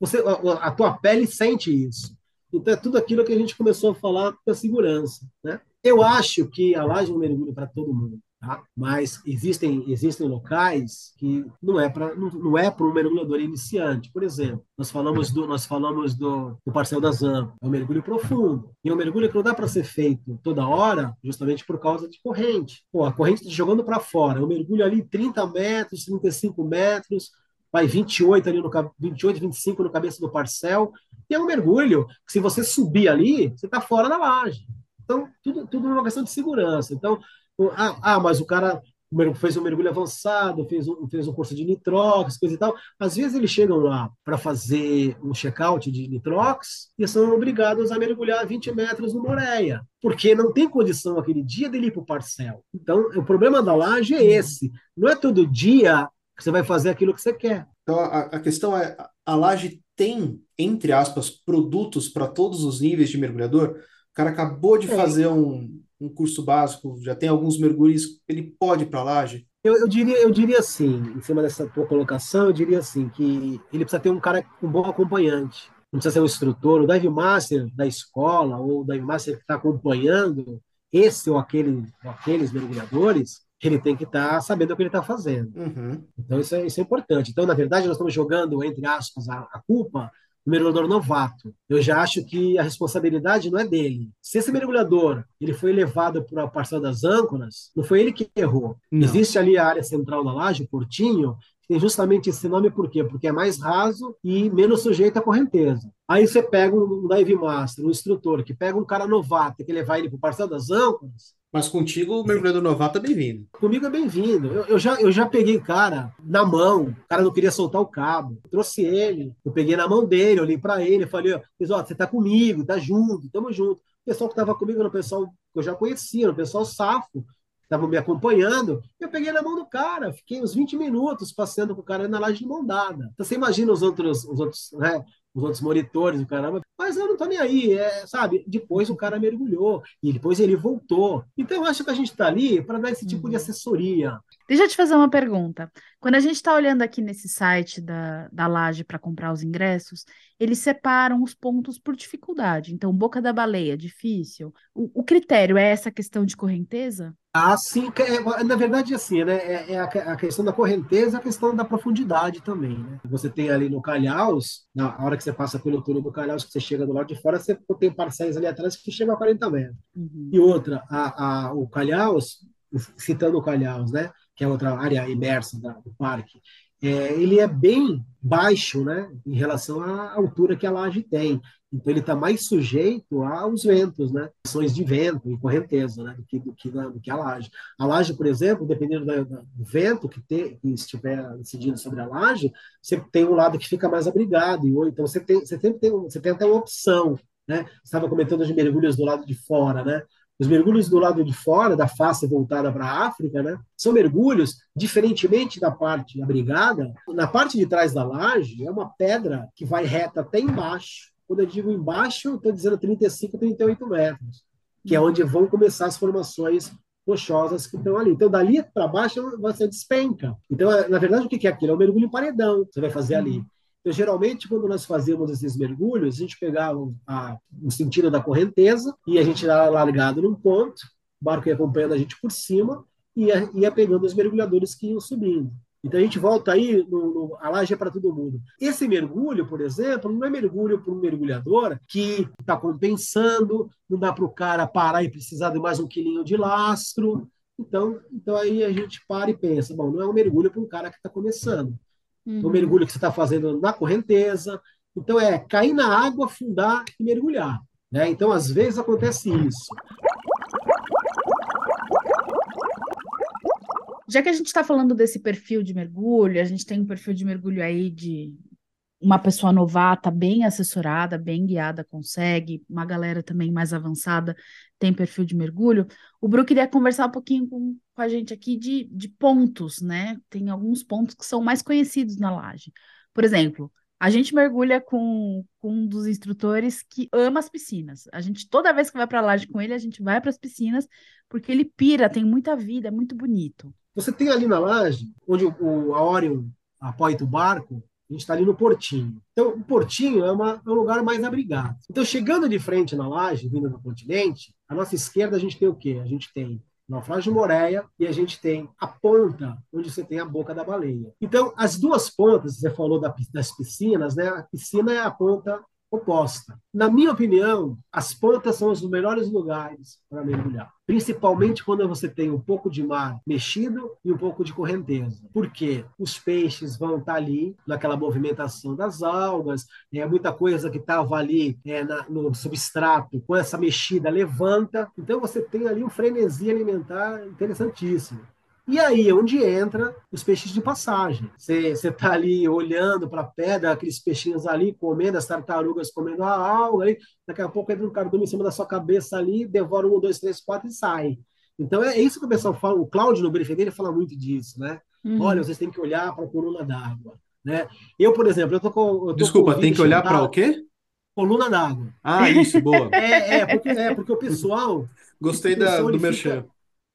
a tua pele sente isso. Então, é tudo aquilo que a gente começou a falar da segurança, né? Eu acho que a laje é um mergulho para todo mundo, tá? Mas existem locais que não é para um mergulhador iniciante. Por exemplo, nós falamos do Parcel das Antas, é um mergulho profundo. E é um mergulho que não dá para ser feito toda hora, justamente por causa de corrente. Pô, a corrente está jogando para fora. É um mergulho ali 30 metros, 35 metros, vai 28 ali 28, 25 no cabeça do Parcel. E é um mergulho que, se você subir ali, você está fora da laje. Então, tudo é uma questão de segurança. Então, mas o cara fez um mergulho avançado, fez um curso de nitrox, coisa e tal. Às vezes eles chegam lá para fazer um check-out de nitrox e são obrigados a mergulhar 20 metros no Moreia, porque não tem condição aquele dia dele ir para o Parcel. Então, o problema da laje é esse. Não é todo dia que você vai fazer aquilo que você quer. Então, a questão é, a laje tem, entre aspas, produtos para todos os níveis de mergulhador? O cara acabou de É, fazer um curso básico, já tem alguns mergulhos, ele pode ir para a laje? eu diria assim, em cima dessa tua colocação, eu diria assim, que ele precisa ter um cara, um bom acompanhante. Não precisa ser um instrutor, o dive master da escola, ou o dive master que está acompanhando esse ou aqueles mergulhadores, ele tem que estar sabendo o que ele está fazendo. Uhum. Então, isso é importante. Então, na verdade, nós estamos jogando, entre aspas, a culpa no mergulhador novato. Eu já acho que a responsabilidade não é dele. Se esse mergulhador ele foi levado para a parcela das âncoras, não foi ele que errou. Não. Existe ali a área central da laje, o portinho, que tem justamente esse nome por quê? Porque é mais raso e menos sujeito à correnteza. Aí você pega um dive master, um instrutor, que pega um cara novato e que levar ele para o parcela das âncoras. Mas contigo, o mergulhador novato é bem-vindo. Comigo é bem-vindo. Eu já peguei cara na mão, o cara não queria soltar o cabo. Eu trouxe ele, eu peguei na mão dele, olhei para ele, falei: ó, você tá comigo, tá junto, tamo junto. O pessoal que estava comigo era o pessoal que eu já conhecia, era o pessoal safo, estava me acompanhando. Eu peguei na mão do cara, fiquei uns 20 minutos passeando com o cara na laje de mão dada. Então você imagina os outros, né? Os outros monitores, o caramba, mas eu não tô nem aí, sabe? Depois o cara mergulhou e depois ele voltou. Então eu acho que a gente está ali para dar esse tipo de Uhum. assessoria. Deixa eu te fazer uma pergunta. Quando a gente está olhando aqui nesse site da Laje para comprar os ingressos, eles separam os pontos por dificuldade. Então, Boca da Baleia, difícil. O critério é essa questão de correnteza? Assim, na verdade, assim, né? É a questão da correnteza, a questão da profundidade também, né? Você tem ali no Calhaus, na hora que você passa pelo túnel do Calhaus, que você chega do lado de fora, você tem parcéis ali atrás que chegam a 40 metros. Uhum. E outra, o Calhaus, citando o Calhaus, né, que é outra área imersa do parque, ele é bem baixo, né, em relação à altura que a laje tem. Então ele está mais sujeito aos ventos, né, ações de vento e correnteza, né, do que a laje. A laje, por exemplo, dependendo do vento que estiver incidindo sobre a laje, você tem um lado que fica mais abrigado, ou então você tem até uma opção, né? Você estava comentando de mergulhos do lado de fora, né? Os mergulhos do lado de fora, da face voltada para a África, né, são mergulhos, diferentemente da parte abrigada, na parte de trás da laje é uma pedra que vai reta até embaixo. Quando eu digo embaixo, eu estou dizendo 35, 38 metros, que é onde Uhum. vão começar as formações rochosas que estão ali. Então, dali para baixo, você despenca. Então, na verdade, o que é aquilo? É um mergulho em paredão que você vai fazer ali. Uhum. Então, geralmente, quando nós fazíamos esses mergulhos, a gente pegava o sentido da correnteza e a gente era largado num ponto, o barco ia acompanhando a gente por cima e ia pegando os mergulhadores que iam subindo. Então a gente volta aí, a laje é para todo mundo. Esse mergulho, por exemplo, não é mergulho para um mergulhador que está compensando, não dá para o cara parar e precisar de mais um quilinho de lastro. Então aí a gente para e pensa, bom, não é um mergulho para um cara que está começando. É um Uhum. mergulho que você está fazendo na correnteza. Então é cair na água, afundar e mergulhar. Né? Então, às vezes acontece isso. Já que a gente está falando desse perfil de mergulho, a gente tem um perfil de mergulho aí de uma pessoa novata, bem assessorada, bem guiada, consegue, uma galera também mais avançada tem perfil de mergulho. O Bru queria conversar um pouquinho com a gente aqui de pontos, né? Tem alguns pontos que são mais conhecidos na laje. Por exemplo, a gente mergulha com um dos instrutores que ama as piscinas. A gente, toda vez que vai para a laje com ele, a gente vai para as piscinas, porque ele pira, tem muita vida, é muito bonito. Você tem ali na laje, onde a Orion apoia o barco, a gente está ali no Portinho. Então, o Portinho é um lugar mais abrigado. Então, chegando de frente na laje, vindo do continente, à nossa esquerda a gente tem o quê? A gente tem Naufrágio de Moreia e a gente tem a ponta, onde você tem a boca da baleia. Então, as duas pontas, você falou das piscinas, né? A piscina é a ponta oposta. Na minha opinião, as pontas são os melhores lugares para mergulhar, principalmente quando você tem um pouco de mar mexido e um pouco de correnteza. Porque os peixes vão estar ali naquela movimentação das algas, muita coisa que estava ali no substrato, com essa mexida levanta. Então você tem ali um frenesi alimentar interessantíssimo. E aí é onde entra os peixes de passagem. Você está ali olhando para a pedra, aqueles peixinhos ali comendo, as tartarugas comendo a alga, aí, daqui a pouco entra um cardume em cima da sua cabeça ali, devora um, dois, três, quatro e sai. Então é isso que o pessoal fala, o Cláudio no briefing dele fala muito disso, né? Olha, Uhum. vocês têm que olhar para a coluna d'água, né? Eu, por exemplo, eu tô com o Desculpa, tem vídeo que olhar para sentado, o quê? coluna d'água. Ah, isso, boa. Porque o Gostei pessoal do ele fica. merchan.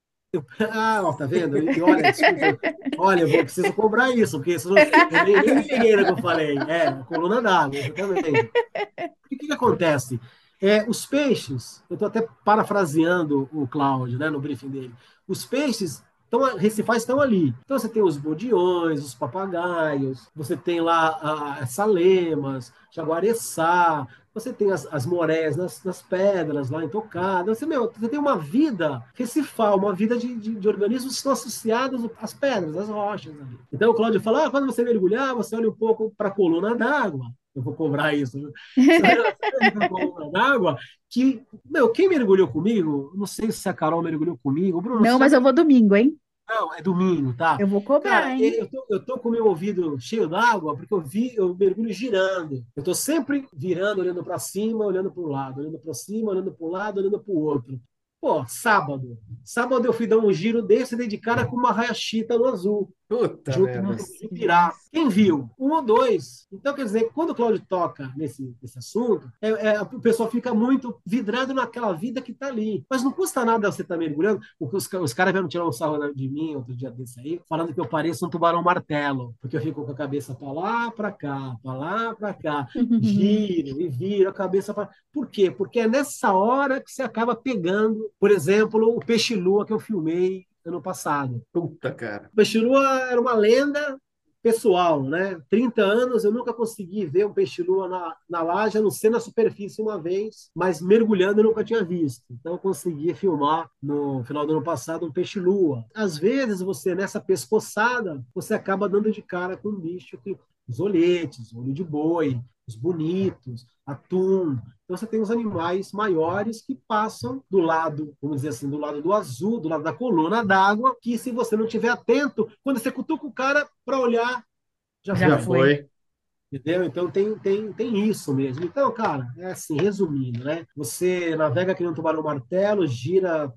Ah, ó, tá vendo? E olha, desculpa, olha, eu preciso cobrar isso, porque isso eu nem me liguei no que eu falei. Coluna d'água, exatamente. O que acontece? Os peixes, eu estou até parafraseando o Cláudio, né, no briefing dele. Os peixes recifais estão ali. Então você tem os bodiões, os papagaios, você tem lá as salemas, jaguareçá, você tem as moreias nas pedras, lá intocadas. Você tem uma vida recifal, uma vida de organismos que estão associados às pedras, às rochas ali. Então o Cláudio fala, quando você mergulhar, você olha um pouco para a coluna d'água. Eu vou cobrar isso. Você olha para a coluna d'água que, quem mergulhou comigo, não sei se a Carol mergulhou comigo, Bruno, Não, você já mas eu vou mergulhou? domingo, hein? Não, é domingo, tá? Eu vou cobrar, Cara, hein? eu tô com o meu ouvido cheio d'água porque eu mergulho girando. Eu tô sempre virando, olhando para cima, olhando para o lado, olhando para cima, olhando para o lado, olhando para o outro. Pô, sábado. Sábado eu fui dar um giro desse e dei de cara com uma raiachita no azul Puta junto no merda. Nossa, Rio que Pirá. delícia. Quem viu? Um ou dois. Então, quer dizer, quando o Cláudio toca nesse assunto, o pessoal fica muito vidrado naquela vida que está ali. Mas não custa nada você estar mergulhando. Os caras vieram tirar um sarro de mim outro dia desse aí, falando que eu pareço um tubarão martelo, porque eu fico com a cabeça para lá, para cá, para lá, para cá, giro e viro a cabeça para. Por quê? Porque é nessa hora que você acaba pegando, por exemplo, o peixe-lua que eu filmei ano passado. Puta, cara. O peixe-lua era uma lenda pessoal, né? 30 anos eu nunca consegui ver um peixe-lua na laje, a não ser na superfície uma vez, mas mergulhando eu nunca tinha visto. Então eu consegui filmar no final do ano passado um peixe-lua. Às vezes você, nessa pescoçada, você acaba dando de cara com um bicho que os oletes, olho de boi, os bonitos, atum. Então você tem os animais maiores que passam do lado, vamos dizer assim, do lado do azul, do lado da coluna d'água, que se você não estiver atento, quando você cutuca o cara para olhar, já Já Já foi. foi. foi. Entendeu? Então tem isso mesmo. Então, cara, é assim, resumindo, né? Você navega aqui no tubarão-martelo, gira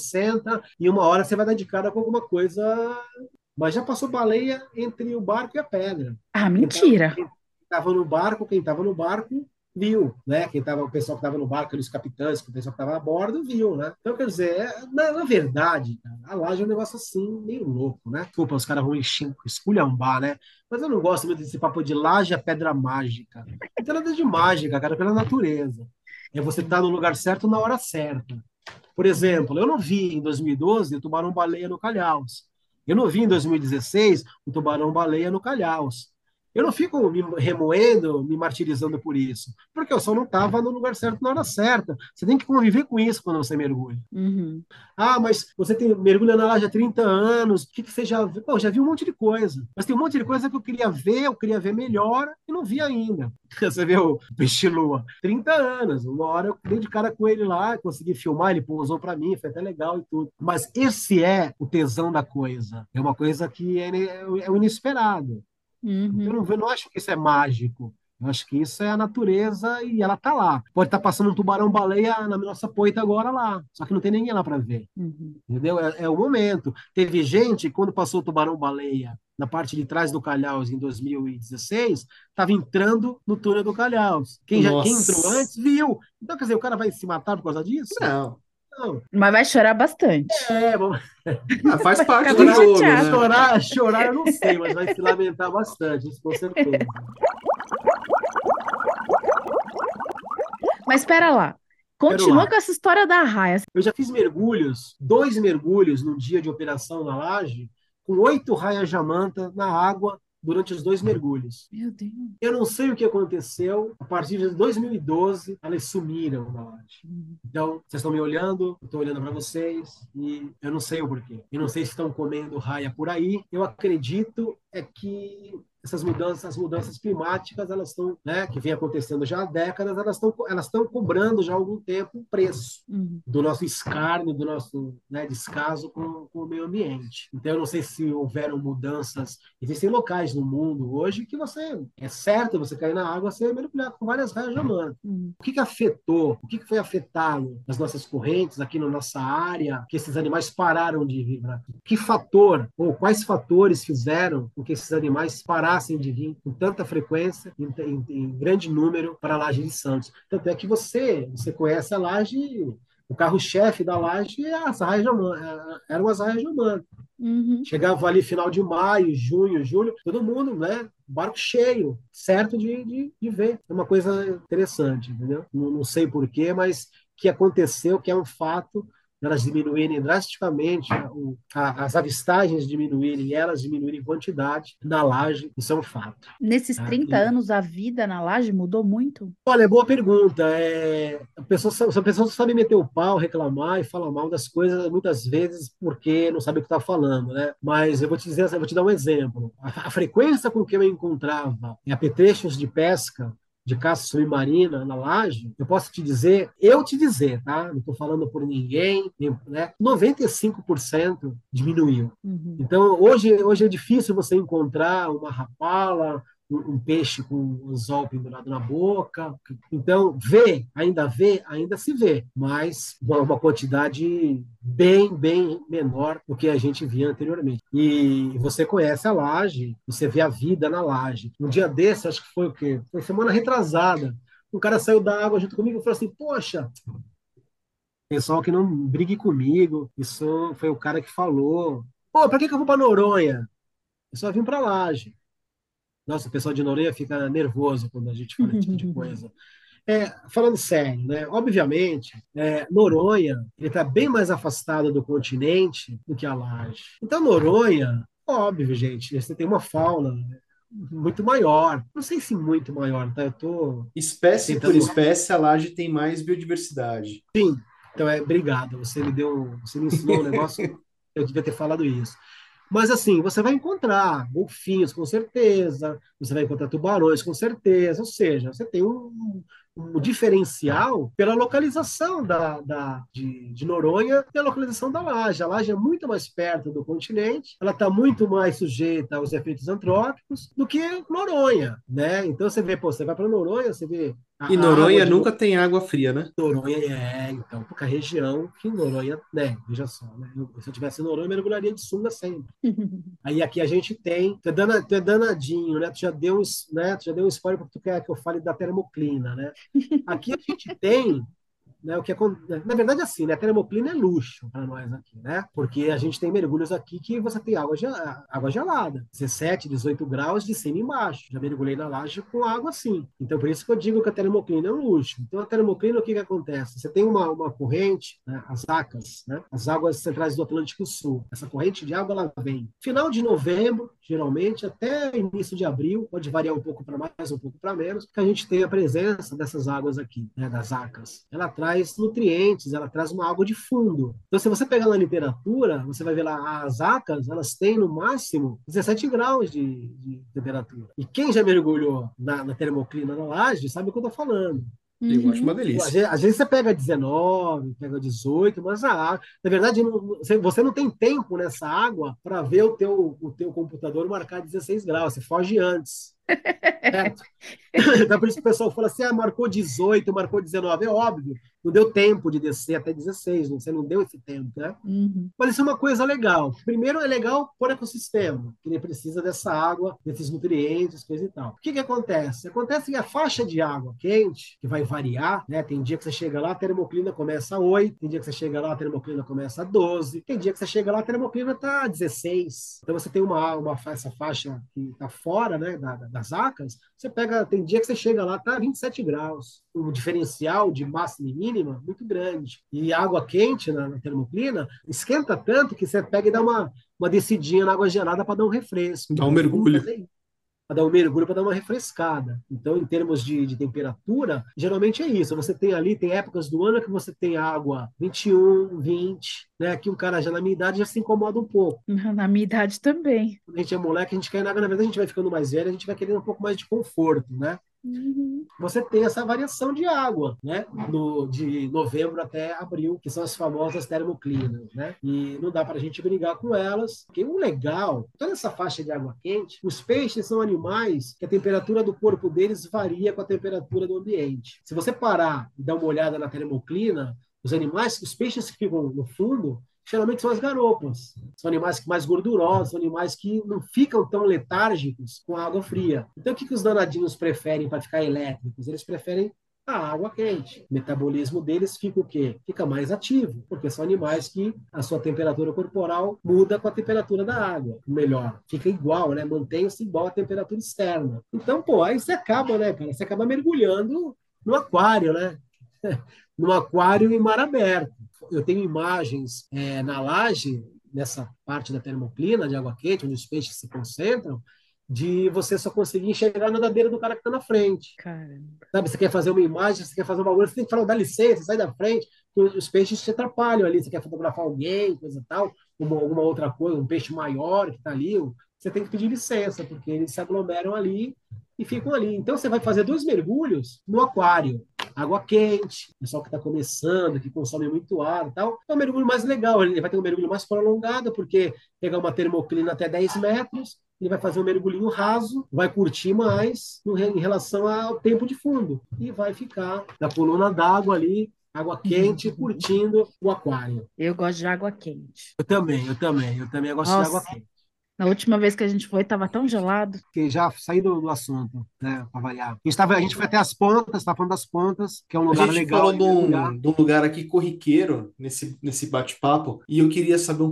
360 e uma hora você vai dar de cara com alguma coisa. Mas já passou baleia entre o barco e a pedra. Ah, Quem mentira. quem estava no barco viu, né? O pessoal que estava no barco, os capitães, o pessoal que estava a bordo viu, né? Então, quer dizer, na verdade, cara, a laje é um negócio assim, meio louco, né? Desculpa, os caras vão esculhambar, né? Mas eu não gosto muito desse papo de laje é pedra mágica. Não tem nada de mágica, cara, pela natureza. É você estar no lugar certo na hora certa. Por exemplo, eu não vi em 2012 o tubarão-baleia no Calhaus. Eu não vi em 2016 um tubarão-baleia no Calhaus. Eu não fico me remoendo, me martirizando por isso, porque eu só não estava no lugar certo na hora certa. Você tem que conviver com isso quando você mergulha. Uhum. Ah, mas você tem, mergulha na laje há 30 anos, o que, que você já viu? Pô, já vi um monte de coisa. Mas tem um monte de coisa que eu queria ver melhor e não vi ainda. Você vê o Peixe-Lua, 30 anos. Uma hora eu dei de cara com ele lá, consegui filmar, ele pousou para mim, foi até legal e tudo. Mas esse é o tesão da coisa. É uma coisa que é o inesperado. Então, Uhum. eu não acho que isso é mágico. Eu acho que isso é a natureza e ela tá lá. Pode estar passando um tubarão-baleia na nossa poita agora lá, só que não tem ninguém lá para ver. Uhum. Entendeu? É o momento. Teve gente, quando passou o tubarão-baleia na parte de trás do Calhaus em 2016, estava entrando no túnel do Calhaus. Quem entrou Nossa. antes viu. Então, quer dizer, o cara vai se matar por causa disso? Não. Não. Mas vai chorar bastante. Vamos Ah, faz Vai parte ficar do bem chorar, jogo, né? chateado. chorar eu não sei, mas vai se lamentar bastante, isso com certeza. Mas espera lá. Quero Continua lá. com essa história da raia. Eu já fiz mergulhos, 2 mergulhos no dia de operação na laje, com 8 raias-jamanta na água durante os 2 mergulhos. Meu Deus. Eu não sei o que aconteceu. A partir de 2012, elas sumiram da laje. Uhum. Então, vocês estão me olhando, eu estou olhando para vocês e eu não sei o porquê. Eu não sei se estão comendo raia por aí. Eu acredito que essas mudanças, as mudanças climáticas, elas estão, né, que vem acontecendo já há décadas, elas estão cobrando já há algum tempo o preço Uhum. do nosso escárnio, do nosso, né, descaso com o meio ambiente. Então, eu não sei se houveram mudanças. Existem locais no mundo hoje que é certo você cair na água, você mergulhar com várias raias de manta. Uhum. O que afetou? O que foi afetado nas nossas correntes, aqui na nossa área, que esses animais pararam de vir? Né? Que fator, ou quais fatores fizeram com que esses animais parassem de vir com tanta frequência, em grande número, para a Laje de Santos? Tanto é que você conhece a Laje, o carro-chefe da Laje eram as raias de manta. Uhum. Chegava ali final de maio, junho, julho, todo mundo, né? Barco cheio, certo de ver. É uma coisa interessante, entendeu? Não sei porquê, mas que aconteceu, que é um fato, elas diminuírem drasticamente, as avistagens diminuírem e elas diminuírem em quantidade na laje, isso é um fato. Nesses Tá? 30 anos, a vida na laje mudou muito? Olha, boa pergunta. A pessoa só sabe meter o pau, reclamar e falar mal das coisas muitas vezes porque não sabe o que está falando, né? Mas eu vou te dizer, eu vou te dar um exemplo. A frequência com que eu encontrava em apetrechos de pesca de caça submarina na laje, eu te dizer, tá? Não estou falando por ninguém, né? 95% diminuiu. Uhum. Então, hoje é difícil você encontrar uma rapala, um peixe com um anzol pendurado na boca. Então, ainda se vê, mas uma quantidade bem menor do que a gente via anteriormente. E você conhece a laje, você vê a vida na laje. Um dia desse, acho que foi o quê? Foi semana retrasada. Um cara saiu da água junto comigo e falou assim: Poxa, pessoal que não brigue comigo, isso foi o cara que falou. Pô, pra que eu vou para Noronha? Eu só vim para Laje. Nossa, o pessoal de Noronha fica nervoso quando a gente fala esse tipo de coisa. Falando sério, né? Obviamente, Noronha ele está bem mais afastado do continente do que a Laje. Então, Noronha, óbvio, gente, você tem uma fauna, né, muito maior. Não sei se muito maior, tá? Eu estou Espécie por tentando. espécie, a laje tem mais biodiversidade. Então, obrigado. Você me ensinou um negócio. Eu devia ter falado isso. Mas assim, você vai encontrar golfinhos com certeza, você vai encontrar tubarões com certeza, ou seja, você tem um diferencial pela localização de Noronha e a localização da Laje. A Laje é muito mais perto do continente, ela está muito mais sujeita aos efeitos antrópicos do que Noronha, né? Então você vê, pô, você vai para Noronha, você vê E a água Noronha de nunca tem água fria, né? Noronha então, porque a região que Noronha, né, veja só, né, se eu tivesse em Noronha, eu mergulharia de sunga sempre. Aí aqui a gente tem, tu é danadinho, né, tu já deu um spoiler porque tu quer que eu fale da termoclina, né. Aqui a gente tem né, na verdade, assim, né, a termoclina é luxo para nós aqui, né? Porque a gente tem mergulhos aqui que você tem água gelada, 17, 18 graus de cima e embaixo. Já mergulhei na laje com água assim. Então, por isso que eu digo que a termoclina é um luxo. Então, a termoclina, o que acontece? Você tem uma corrente, né, as ACAS, né, as águas centrais do Atlântico Sul. Essa corrente de água, ela vem final de novembro, geralmente, até início de abril, pode variar um pouco para mais, um pouco para menos, que a gente tem a presença dessas águas aqui, né, das ACAS. Ela traz nutrientes, ela traz uma água de fundo. Então, se você pegar na literatura, você vai ver lá, as ACAS, elas têm no máximo 17 graus de temperatura. E quem já mergulhou na termoclina, na laje, sabe o que eu estou falando. Eu acho uma Uhum. Às delícia. vezes, às vezes você pega 19, pega 18, mas a água, na verdade, você não tem tempo nessa água para ver o teu computador marcar 16 graus, você foge antes. Certo? Então, por isso que o pessoal fala assim, marcou 18, marcou 19. É óbvio, não deu tempo de descer até 16, você não deu esse tempo, né? Uhum. Mas isso é uma coisa legal. Primeiro, é legal por ecossistema, que ele precisa dessa água, desses nutrientes, coisa e tal. O que acontece? Acontece que a faixa de água quente, que vai variar, né? Tem dia que você chega lá, a termoclina começa a 8, tem dia que você chega lá, a termoclina começa a 12, tem dia que você chega lá, a termoclina está a 16. Então, você tem essa faixa que está fora, né, das ACAS, você pega, tem dia que você chega lá, está a 27 graus. Um diferencial de máxima e mínima muito grande. E água quente na termoclina esquenta tanto que você pega e dá uma descidinha na água gelada para dar um refresco. Dá um Né? Você tem que mergulho. fazer isso. Para dar um mergulho, para dar uma refrescada. Então, em termos de temperatura, geralmente é isso. Você tem ali, tem épocas do ano que você tem água 21, 20, né? Que um cara já na minha idade já se incomoda um pouco. Na minha idade também. Quando a gente é moleque, a gente quer na verdade, a gente vai ficando mais velho, a gente vai querendo um pouco mais de conforto, né? Uhum. Você tem essa variação de água, né? De novembro até abril, que são as famosas termoclinas, né? E não dá para a gente brigar com elas, porque o legal, toda essa faixa de água quente, os peixes são animais que a temperatura do corpo deles varia com a temperatura do ambiente. Se você parar e dar uma olhada na termoclina, os peixes que ficam no fundo, geralmente são as garopas. São animais mais gordurosos, são animais que não ficam tão letárgicos com a água fria. Então, o que os danadinhos preferem para ficar elétricos? Eles preferem a água quente. O metabolismo deles fica o quê? Fica mais ativo, porque são animais que a sua temperatura corporal muda com a temperatura da água. Melhor, fica igual, né? Mantém-se igual à temperatura externa. Então, pô, aí você acaba, né, cara? Você acaba mergulhando no aquário, né? No aquário em mar aberto. Eu tenho imagens na laje, nessa parte da termoclina, de água quente, onde os peixes se concentram, de você só conseguir enxergar a nadadeira do cara que está na frente. Caramba. Sabe, você quer fazer uma imagem, você quer fazer uma coisa, você tem que falar, dá licença, sai da frente, os peixes te atrapalham ali, você quer fotografar alguém, coisa e tal, alguma outra coisa, um peixe maior que está ali, você tem que pedir licença, porque eles se aglomeram ali e ficam ali. Então, você vai fazer 2 mergulhos no aquário, água quente, pessoal que está começando, que consome muito ar e tal, é um mergulho mais legal, ele vai ter um mergulho mais prolongado, porque pegar uma termoclina até 10 metros, ele vai fazer um mergulhinho raso, vai curtir mais em relação ao tempo de fundo, e vai ficar na coluna d'água ali, água quente, curtindo o aquário. Eu gosto de água quente. Eu também gosto de água Nossa, quente. na última vez que a gente foi, tava tão gelado. Que já saí do assunto, né, para variar. A gente foi até as pontas, está falando das pontas, que é um A lugar gente legal falou de mergulhar. de um lugar aqui corriqueiro nesse bate-papo, e eu queria saber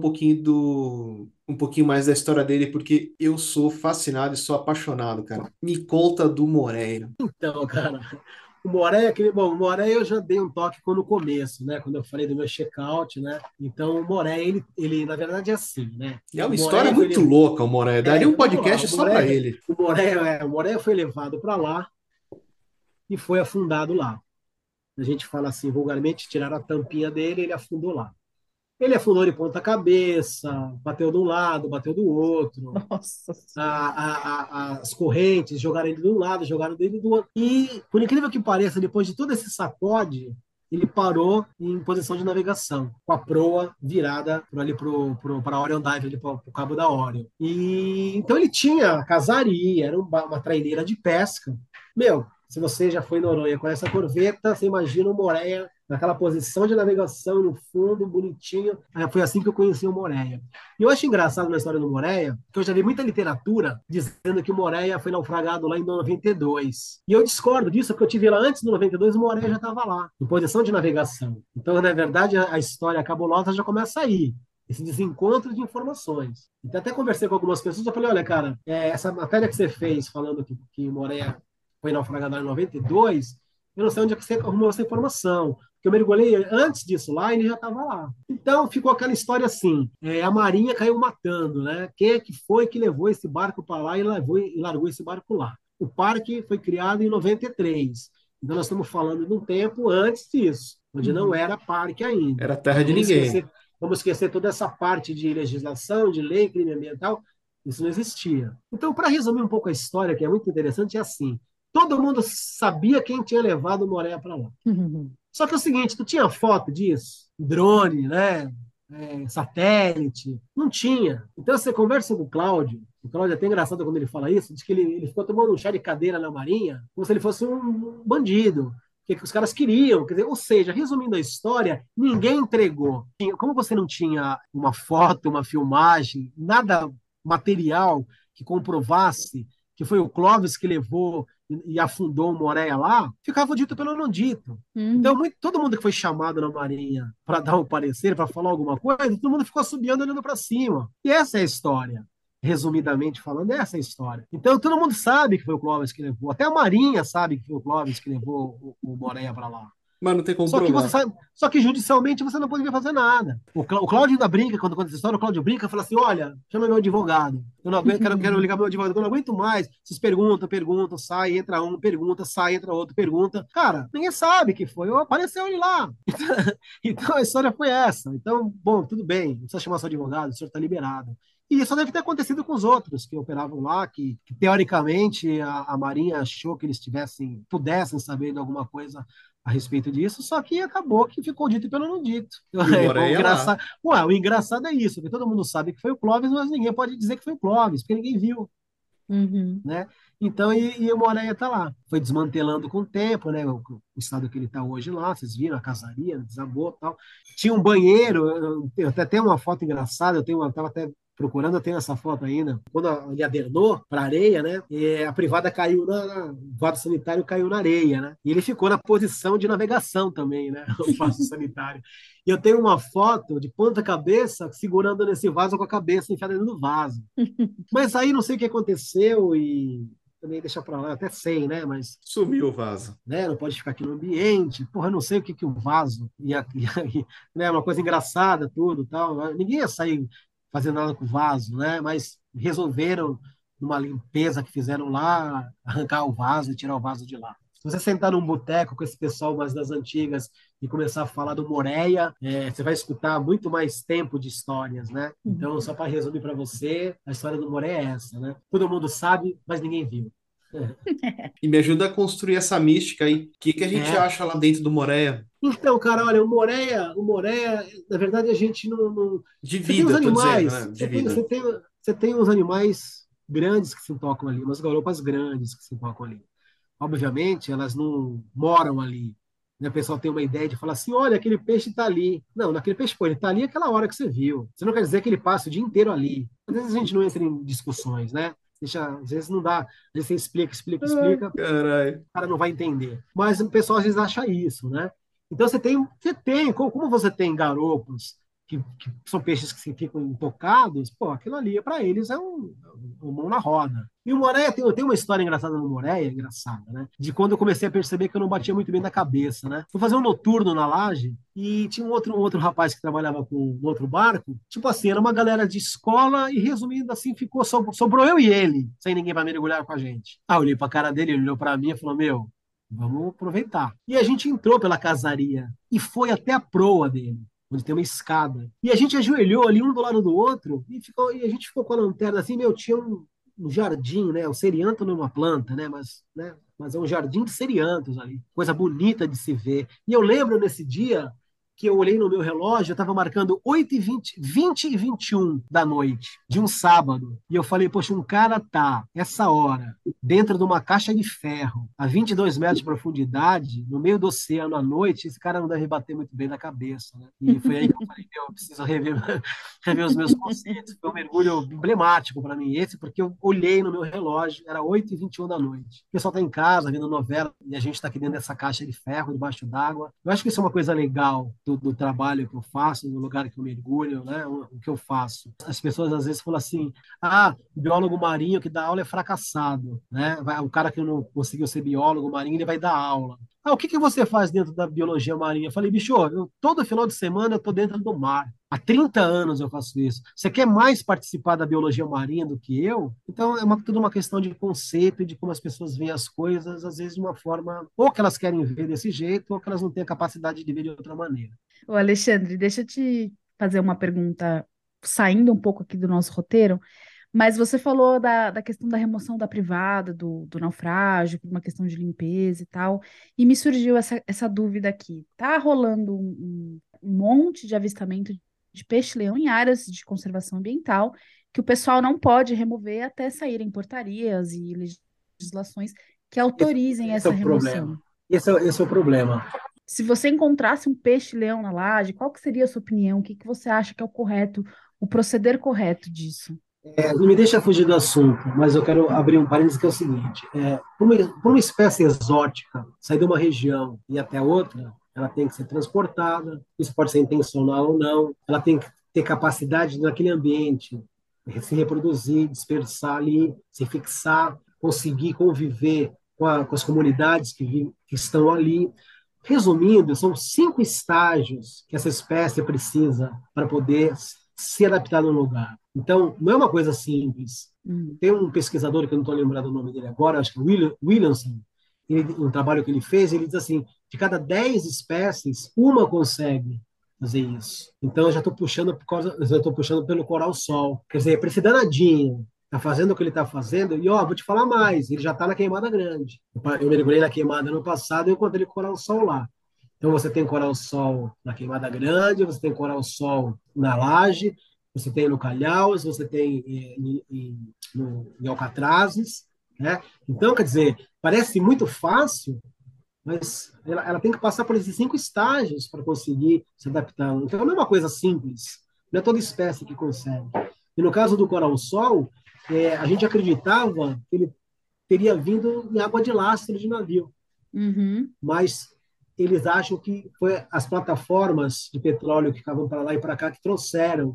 um pouquinho mais da história dele, porque eu sou fascinado e sou apaixonado, cara. Me conta do Moreira. Então, cara, o Moreia, bom, o Moreia eu já dei um toque no começo, né? Quando eu falei do meu check-out, né? Então, o Moreia, ele na verdade é assim, né? É uma O história Moreia foi muito louca, o Moreira. Daria um então vamos lá. podcast só para ele. O Moreia foi levado para lá e foi afundado lá. A gente fala assim, vulgarmente, tiraram a tampinha dele, ele afundou lá. Ele afundou de ponta cabeça, bateu de um lado, bateu do outro. Nossa Senhora. As correntes, jogaram ele de um lado, jogaram dele do outro. E, por incrível que pareça, depois de todo esse sacode, ele parou em posição de navegação, com a proa virada ali para a Orion Dive, para o Cabo da Orion. E, então ele tinha casaria, era uma traineira de pesca. Meu, se você já foi em Noronha com essa corveta, você imagina o Moreia naquela posição de navegação no fundo, bonitinho. Foi assim que eu conheci o Moreia. E eu acho engraçado na história do Moreia, que eu já vi muita literatura dizendo que o Moreia foi naufragado lá em 92. E eu discordo disso, porque eu tive lá antes do 92, o Moreia já estava lá, em posição de navegação. Então, na verdade, a história cabulosa já começa aí, esse desencontro de informações. Então, até conversei com algumas pessoas, eu falei, olha, cara, essa matéria que você fez falando que o Moreia foi naufragado em 92, eu não sei onde é que você arrumou essa informação, porque eu mergulhei antes disso lá e ele já estava lá. Então, ficou aquela história assim, a Marinha caiu matando, né? Quem é que foi que levou esse barco para lá e largou esse barco lá? O parque foi criado em 93. Então, nós estamos falando de um tempo antes disso, onde não era parque ainda. Era terra de Vamos ninguém. esquecer, vamos esquecer toda essa parte de legislação, de lei, crime ambiental, isso não existia. Então, para resumir um pouco a história, que é muito interessante, é assim: todo mundo sabia quem tinha levado o Moreia para lá. Só que é o seguinte, tu tinha foto disso? Drone, né? Satélite? Não tinha. Então você conversa com o Cláudio é até engraçado quando ele fala isso, diz que ele ficou tomando um chá de cadeira na Marinha como se ele fosse um bandido, que os caras queriam. Quer dizer, ou seja, resumindo a história, ninguém entregou. Como você não tinha uma foto, uma filmagem, nada material que comprovasse que foi o Clóvis que levou e afundou o Moreia lá, ficava dito pelo não dito. Então, todo mundo que foi chamado na Marinha para dar um parecer, para falar alguma coisa, todo mundo ficou assobiando olhando para cima. E essa é a história. Resumidamente falando, essa é a história. Então, todo mundo sabe que foi o Clóvis que levou. Até a Marinha sabe que foi o Clóvis que levou o Moreia para lá. Mas não tem como Só que você provar. sabe, só que judicialmente você não poderia fazer nada. O Cláudio ainda brinca, quando conta essa história, o Cláudio brinca e fala assim: olha, chama meu advogado. Eu não aguento, quero ligar pro meu advogado, eu não aguento mais. Vocês perguntam, sai, entra um, pergunta, sai, entra outro, pergunta. Cara, ninguém sabe que foi. Apareceu ele lá. Então a história foi essa. Então, bom, tudo bem, não precisa chamar seu advogado, o senhor está liberado. E isso deve ter acontecido com os outros que operavam lá, que teoricamente a Marinha achou que eles pudessem saber de alguma coisa a respeito disso, só que acabou que ficou dito pelo não dito. E o Moreia lá. O engraçado é isso, porque todo mundo sabe que foi o Clóvis, mas ninguém pode dizer que foi o Clóvis, porque ninguém viu, né? Então, e o Moreia está lá. Foi desmantelando com o tempo, né? O estado que ele está hoje lá, vocês viram, a casaria, desabou e tal. Tinha um banheiro, eu até tenho uma foto engraçada, estava até procurando, eu tenho essa foto ainda. Quando ele adernou para a areia, né? E a privada caiu o vaso sanitário caiu na areia, né? E ele ficou na posição de navegação também, né? O vaso sanitário. E eu tenho uma foto de ponta cabeça segurando nesse vaso com a cabeça enfiada dentro do vaso. Mas aí não sei o que aconteceu e também deixa para lá, eu até sei, né? Mas Sumiu o vaso. né, não pode ficar aqui no ambiente. Porra, eu não sei o que o vaso né? Uma coisa engraçada, tudo, tal. Ninguém ia sair fazendo nada com o vaso, né? Mas resolveram numa limpeza que fizeram lá arrancar o vaso e tirar o vaso de lá. Se você sentar num boteco com esse pessoal mais das antigas e começar a falar do Moreia, você vai escutar muito mais tempo de histórias, né? Então, só para resumir para você, a história do Moreia é essa, né? Todo mundo sabe, mas ninguém viu. E me ajuda a construir essa mística aí. O que a gente acha lá dentro do Moreia? Então, cara, olha, o Moreia, na verdade, a gente De Você tem os vida, tô dizendo, animais, né? De vida. você tem os animais grandes que se tocam ali, umas garopas grandes que se tocam ali. Obviamente, elas não moram ali. Né? O pessoal tem uma ideia de falar assim: olha, aquele peixe está ali. Não, naquele peixe, pô, ele está ali aquela hora que você viu. Você não quer dizer que ele passa o dia inteiro ali. Às vezes a gente não entra em discussões, né? Às vezes não dá. Às vezes você explica, o Caralho. cara não vai entender. Mas o pessoal às vezes acha isso, né? Então como você tem garopos que são peixes que se ficam intocados, pô, aquilo ali para eles é um mão na roda. E o Moreia tem uma história engraçada no Moreia, engraçada, né? De quando eu comecei a perceber que eu não batia muito bem na cabeça, né? Fui fazer um noturno na laje e tinha um outro rapaz que trabalhava com um outro barco. Tipo assim, era uma galera de escola e resumindo assim, sobrou eu e ele, sem ninguém para mergulhar com a gente. Ah, eu olhei pra cara dele, ele olhou para mim e falou: Meu, vamos aproveitar. E a gente entrou pela casaria e foi até a proa dele, onde tem uma escada. E a gente ajoelhou ali um do lado do outro e a gente ficou com a lanterna assim, meu, tinha um jardim, né? O serianto não é uma planta, né? Mas é um jardim de seriantos ali, coisa bonita de se ver. E eu lembro nesse dia que eu olhei no meu relógio, eu estava marcando 8h20, 20h21 da noite, de um sábado. E eu falei, poxa, um cara tá, essa hora, dentro de uma caixa de ferro, a 22 metros de profundidade, no meio do oceano à noite, esse cara não deve bater muito bem na cabeça, né? E foi aí que eu falei, eu preciso rever, rever os meus conceitos. Foi um mergulho emblemático para mim esse, porque eu olhei no meu relógio, era 8h21 da noite. O pessoal tá em casa, vendo novela, e a gente está aqui dentro dessa caixa de ferro, debaixo d'água. Eu acho que isso é uma coisa legal do trabalho que eu faço, do lugar que eu mergulho, né? O que eu faço. As pessoas às vezes falam assim, o biólogo marinho que dá aula é fracassado, né? O cara que não conseguiu ser biólogo marinho, ele vai dar aula. O que que você faz dentro da biologia marinha? Eu falei, bicho, todo final de semana eu estou dentro do mar. Há 30 anos eu faço isso. Você quer mais participar da biologia marinha do que eu? Então, tudo uma questão de conceito e de como as pessoas veem as coisas, às vezes de uma forma, ou que elas querem ver desse jeito, ou que elas não têm a capacidade de ver de outra maneira. Ô, Alexandre, deixa eu te fazer uma pergunta, saindo um pouco aqui do nosso roteiro, mas você falou da questão da remoção da privada, do naufrágio, por uma questão de limpeza e tal, e me surgiu essa dúvida aqui. Tá rolando um monte de avistamento de peixe-leão em áreas de conservação ambiental que o pessoal não pode remover até saírem portarias e legislações que autorizem Esse é essa o problema. remoção. Esse é o problema. Se você encontrasse um peixe-leão na laje, qual que seria a sua opinião? O que que você acha que é o correto, o proceder correto disso? Não me deixa fugir do assunto, mas eu quero abrir um parênteses que é o seguinte: por uma espécie exótica sair de uma região e até outra, ela tem que ser transportada. Isso pode ser intencional ou não. Ela tem que ter capacidade naquele ambiente se reproduzir, dispersar ali, se fixar, conseguir conviver com as comunidades que estão ali. Resumindo, são 5 estágios que essa espécie precisa para poder se adaptar no lugar. Então, não é uma coisa simples. Hum. Tem um pesquisador, que eu não estou lembrando o nome dele agora, acho que é Williamson, um trabalho que ele fez, ele diz assim, de cada 10 espécies, uma consegue fazer isso. Então, eu já estou puxando pelo coral-sol. Quer dizer, para esse danadinho está fazendo o que ele está fazendo, e vou te falar mais, ele já está na Queimada Grande. Eu mergulhei na Queimada no passado e eu encontrei coral-sol lá. Então, você tem coral-sol na Queimada Grande, você tem coral-sol na Laje, você tem no Calhaus, você tem em Alcatrazes, né? Então, quer dizer, parece muito fácil, mas ela tem que passar por esses 5 estágios para conseguir se adaptar. Então, não é uma coisa simples, não é toda espécie que consegue. E no caso do coral-sol, a gente acreditava que ele teria vindo em água de lastro de navio, mas eles acham que foi as plataformas de petróleo que ficavam para lá e para cá que trouxeram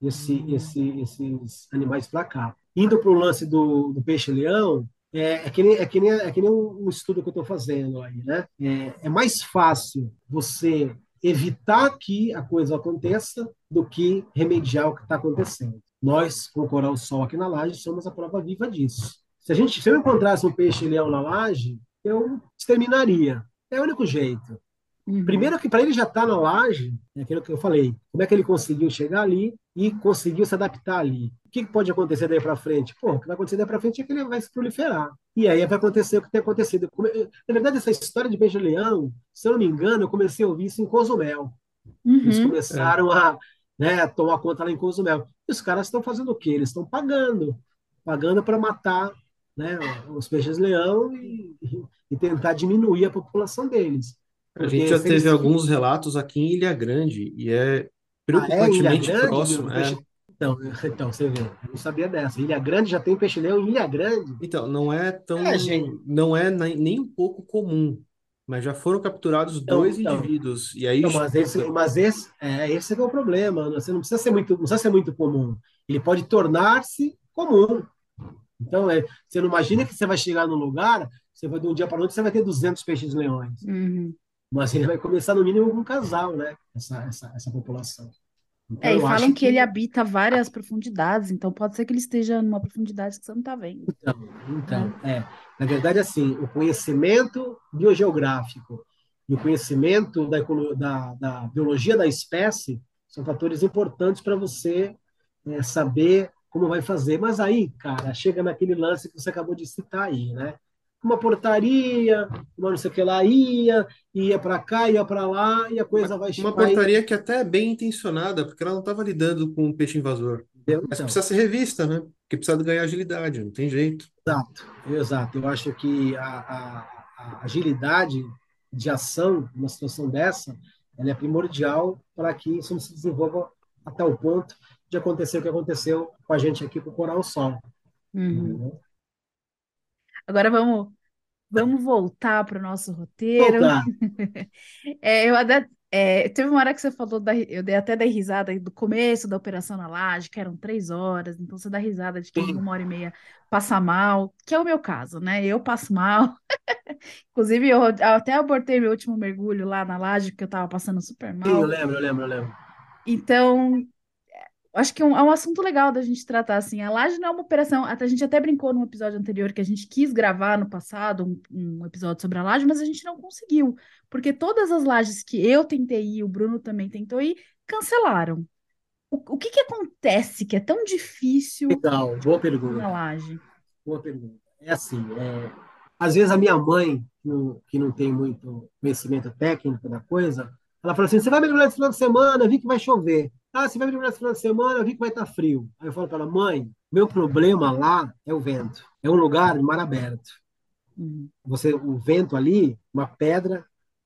esses animais para cá. Indo para o lance do peixe-leão, é que nem um estudo que eu estou fazendo aí, né? É mais fácil você evitar que a coisa aconteça do que remediar o que está acontecendo. Nós, com o Coral-Sol aqui na Laje, somos a prova viva disso. Se eu encontrasse um peixe-leão na laje, eu exterminaria. É o único jeito. Primeiro que para ele já estar na laje, é aquilo que eu falei, como é que ele conseguiu chegar ali e conseguiu se adaptar ali. O que pode acontecer daí para frente? O que vai acontecer daí para frente é que ele vai se proliferar. E aí vai acontecer o que tem acontecido. Na verdade, essa história de peixe-leão, se eu não me engano, eu comecei a ouvir isso em Cozumel. Eles começaram a tomar conta lá em Cozumel. E os caras estão fazendo o quê? Eles estão pagando para matar, né, os peixes-leão e tentar diminuir a população deles. A gente já teve alguns relatos aqui em Ilha Grande e é Em Ilha preocupantemente Grande? próximo. Então, você vê, eu não sabia dessa. Ilha Grande já tem peixe-leão em Ilha Grande? Então, não é Gente. não é nem um pouco comum, mas já foram capturados dois indivíduos e aí Esse que é o problema. Você não precisa ser muito comum. Ele pode tornar-se comum. Então, você não imagina que você vai chegar num lugar, você vai de um dia para o outro, você vai ter 200 peixes-leões. Mas ele vai começar no mínimo com um casal, né? Essa população. Então, E eu falam acho que ele habita várias profundidades, então pode ser que ele esteja numa profundidade que você não está vendo. Na verdade, assim, o conhecimento biogeográfico e o conhecimento da biologia da espécie são fatores importantes para você saber como vai fazer. Mas aí, cara, chega naquele lance que você acabou de citar aí, né? uma portaria, uma não sei o que lá, ia para cá, ia para lá, e a coisa Uma vai portaria que até é bem intencionada, porque ela não estava lidando com um peixe invasor. Mas então, precisa ser revista, né? Porque precisa ganhar agilidade, não tem jeito. exato, exato. Eu acho que a agilidade de ação numa situação dessa, ela é primordial para que isso não se desenvolva até o ponto de acontecer o que aconteceu com a gente aqui com o Coral Sol. Uhum. Entendeu? Agora vamos voltar para o nosso roteiro. Voltar. Teve uma hora que você falou, eu dei até da risada do começo da Operação na Laje, que eram 3 horas, então você dá risada de quem em 1 hora e meia passa mal, que é o meu caso, né? Eu passo mal. Inclusive, eu até abortei meu último mergulho lá na laje, porque eu tava passando super Sim, mal. eu lembro. Então, acho que é um assunto legal da gente tratar, assim. A laje não é uma operação. Até, a gente até brincou num episódio anterior que a gente quis gravar no passado um episódio sobre a laje, mas a gente não conseguiu. Porque todas as lajes que eu tentei ir, o Bruno também tentou ir, cancelaram. O que que acontece que é tão difícil Legal, de boa conseguir na pergunta. laje? Boa pergunta. É assim, às vezes a minha mãe, que não tem muito conhecimento técnico da coisa, ela fala assim: você vai mergulhar esse final de semana, eu vi que vai chover. Ah, você vai mergulhar esse final de semana, eu vi que vai estar frio. Aí eu falo para ela: mãe, meu problema lá é o vento. É um lugar de mar aberto. Uhum, O vento ali, uma pedra,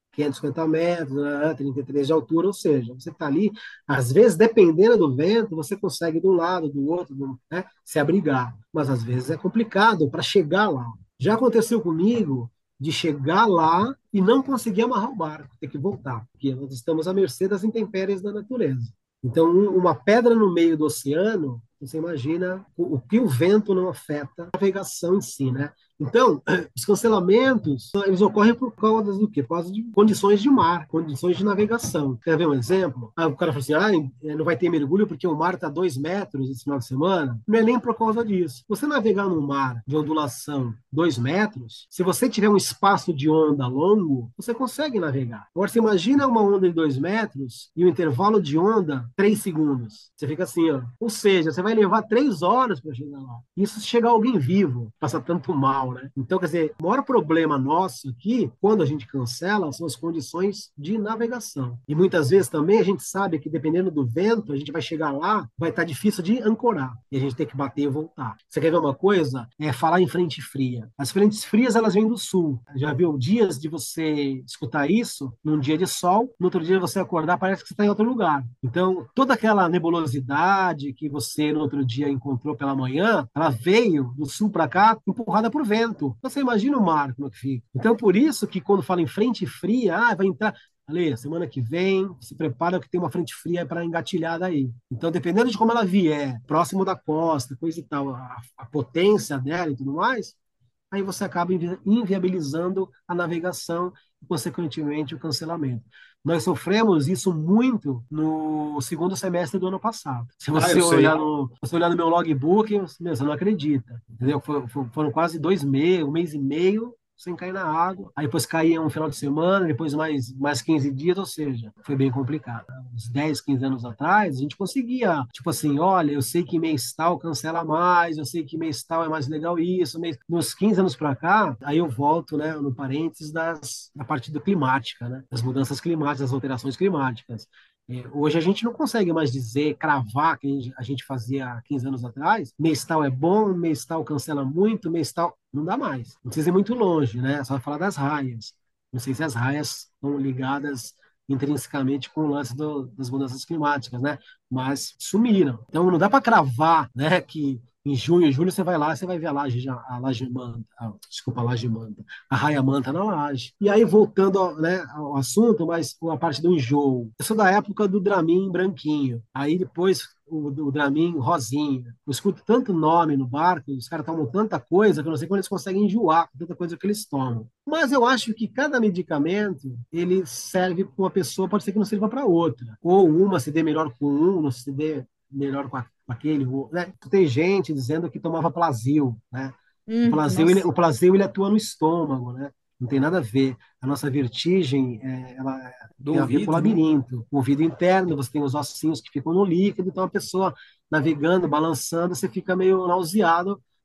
550 metros, 33 de altura, ou seja, você está ali, às vezes, dependendo do vento, você consegue de um lado, do outro, né, se abrigar, mas às vezes é complicado para chegar lá. Já aconteceu comigo de chegar lá e não conseguir amarrar o barco, ter que voltar, porque nós estamos à mercê das intempéries da natureza. Então, uma pedra no meio do oceano, você imagina o que o vento não afeta a navegação em si, né? Então, os cancelamentos, eles ocorrem por causa do quê? Por causa de condições de mar, condições de navegação. Quer ver um exemplo? O cara fala assim, não vai ter mergulho porque o mar está 2 metros esse final de semana. Não é nem por causa disso. Você navegar no mar de ondulação 2 metros, se você tiver um espaço de onda longo, você consegue navegar. Agora, você imagina uma onda de 2 metros e o intervalo de onda 3 segundos. Você fica assim, ó. Ou seja, você vai levar 3 horas para chegar lá. Isso se chegar alguém vivo, passa tanto mal, né? Então, quer dizer, o maior problema nosso aqui, quando a gente cancela, são as condições de navegação. E muitas vezes também a gente sabe que dependendo do vento, a gente vai chegar lá, vai estar difícil de ancorar. E a gente tem que bater e voltar. Você quer ver uma coisa? É falar em frente fria. As frentes frias, elas vêm do sul. Já viu dias de você escutar isso num dia de sol, no outro dia você acordar, parece que você está em outro lugar. Então, toda aquela nebulosidade que você no outro dia encontrou pela manhã, ela veio do sul para cá empurrada por vento. Você imagina o mar como é que fica. Então, por isso que quando fala em frente fria, vai entrar. Ale, semana que vem, se prepara que tem uma frente fria para engatilhar daí. Então, dependendo de como ela vier, próximo da costa, coisa e tal, a potência dela e tudo mais, aí você acaba inviabilizando a navegação e, consequentemente, o cancelamento. Nós sofremos isso muito no segundo semestre do ano passado. Se Ah, eu você olhar sei. no meu logbook, você não acredita. Entendeu? Foram quase 2 meses, 1 mês e meio sem cair na água. Aí depois caía um final de semana, depois mais 15 dias, ou seja, foi bem complicado. Uns 10, 15 anos atrás, a gente conseguia, tipo assim, olha, eu sei que mês tal cancela mais, eu sei que mês tal é mais legal isso. Nos 15 anos para cá, aí eu volto, né, no parênteses da parte do climática, né, das mudanças climáticas, das alterações climáticas. Hoje a gente não consegue mais dizer, cravar, que a gente fazia há 15 anos atrás, mês tal é bom, mês tal cancela muito, mês tal. Não dá mais. Não precisa ir muito longe, né? Só falar das raias. Não sei se as raias estão ligadas intrinsecamente com o lance das mudanças climáticas, né? Mas sumiram. Então não dá para cravar, né, que em junho e julho você vai lá, você vai ver a laje manta, desculpa, a laje manta, a raia manta na laje. E aí, voltando né, ao assunto, mas com a parte do enjoo. Eu sou da época do Dramin branquinho. Aí depois o Dramin rosinha. Eu escuto tanto nome no barco, os caras tomam tanta coisa que eu não sei como eles conseguem enjoar com tanta coisa que eles tomam. Mas eu acho que cada medicamento, ele serve para uma pessoa, pode ser que não sirva para outra. Ou uma se dê melhor com um, não se dê melhor com aquele, né? Tem gente dizendo que tomava Plasil, né? nossa. O Plasil ele atua no estômago, né? Não tem nada a ver. A nossa vertigem, ela Do tem a ver com o ouvido, né? labirinto. O ouvido interno, você tem os ossinhos que ficam no líquido, então a pessoa navegando, balançando, você fica meio nauseado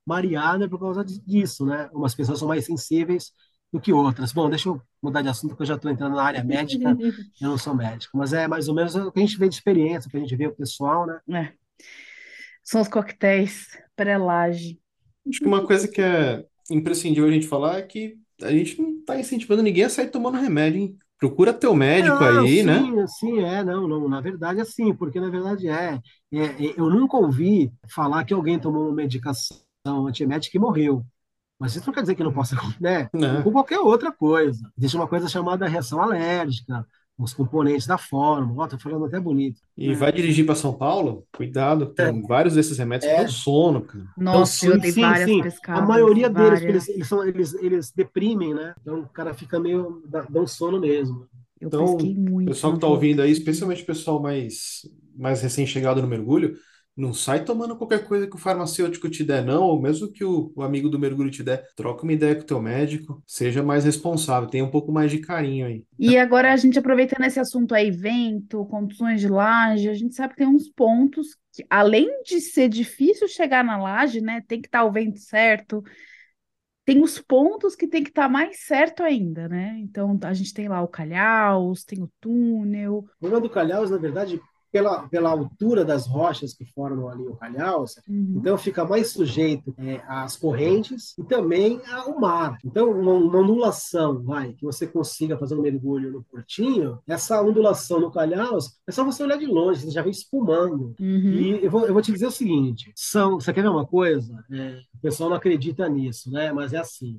mareada por causa disso, né? Umas pessoas são mais sensíveis do que outras. Bom, deixa eu mudar de assunto, porque eu já estou entrando na área médica, eu não sou médico, mas é mais ou menos o que a gente vê de experiência, o que a gente vê o pessoal, né? É, são os coquetéis pré-laje. Acho que uma coisa que é imprescindível a gente falar é que a gente não está incentivando ninguém a sair tomando remédio, hein? Procura teu médico Não, aí, né? sim, sim, não, não, na verdade é assim, porque na verdade eu nunca ouvi falar que alguém tomou uma medicação antiemética e morreu. Mas isso não quer dizer que não possa, né? Como Né? com qualquer outra coisa. Existe uma coisa chamada reação alérgica, os componentes da fórmula. Ó, tô falando até bonito. E vai dirigir para São Paulo? Cuidado, tem vários desses remédios que dão É, sono, cara. então, Nossa, eu sim, dei sim, várias sim. A pescadas, maioria deles, porque várias. eles deprimem, né? Então o cara fica meio, dá um sono mesmo. Eu Então, pesquei o muito, pessoal que não está vou ouvindo aí, conseguir. especialmente o pessoal mais recém-chegado no mergulho, não sai tomando qualquer coisa que o farmacêutico te der, não, ou mesmo que o amigo do mergulho te der. Troca uma ideia com o teu médico, seja mais responsável, tenha um pouco mais de carinho aí. E agora a gente aproveitando esse assunto aí, vento, condições de laje, a gente sabe que tem uns pontos que, além de ser difícil chegar na laje, né, tem que estar o vento certo, tem os pontos que tem que estar mais certo ainda, né? Então a gente tem lá o calhaus, tem o túnel. O problema do Calhaus, na verdade, pela altura das rochas que formam ali o Calhaus, Uhum, então fica mais sujeito às correntes e também ao mar. Então, uma ondulação, vai, que você consiga fazer um mergulho no Portinho, essa ondulação no Calhaus, é só você olhar de longe, você já vem espumando. uhum. E eu vou te dizer o seguinte: você quer ver uma coisa? O pessoal não acredita nisso, né? Mas é assim: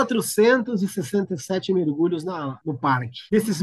1.467 mergulhos no parque. Desses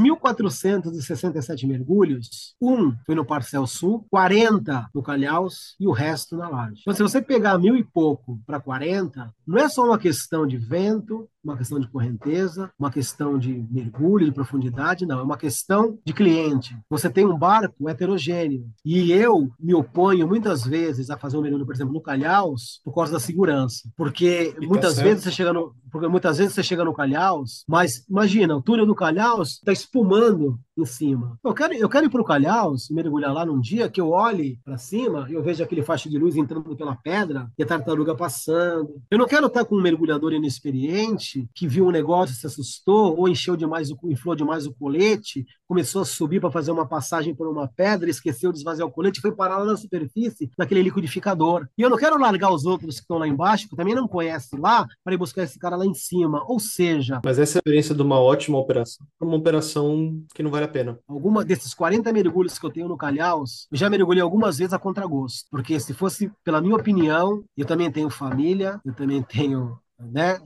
1.467 mergulhos, um foi no Parcel Sul, 40 no Calhaus e o resto na Laje. Então, se você pegar mil e pouco para 40, não é só uma questão de vento, uma questão de correnteza, uma questão de mergulho, de profundidade, não, é uma questão de cliente. Você tem um barco heterogêneo e eu me oponho muitas vezes a fazer um mergulho, por exemplo, no Calhaus, por causa da segurança, E tá certo. porque muitas vezes você chega no Calhaus, mas imagina, o túnel do Calhaus está espumando em cima. Eu quero ir para o Calhaus, mergulhar lá num dia que eu olhe para cima e eu vejo aquele faixa de luz entrando pela pedra e a tartaruga passando. Eu não quero estar com um mergulhador inexperiente que viu um negócio, se assustou ou inflou demais o colete, começou a subir para fazer uma passagem por uma pedra, esqueceu de esvaziar o colete e foi parar lá na superfície, naquele liquidificador. E eu não quero largar os outros que estão lá embaixo, que também não conhecem lá, para ir buscar esse cara lá em cima. Ou seja, Mas essa é a experiência de uma ótima operação, uma operação que não vale a pena. alguma desses 40 mergulhos que eu tenho no Calhaus, eu já mergulhei algumas vezes a contragosto. Porque se fosse pela minha opinião, eu também tenho família, eu também tenho, né?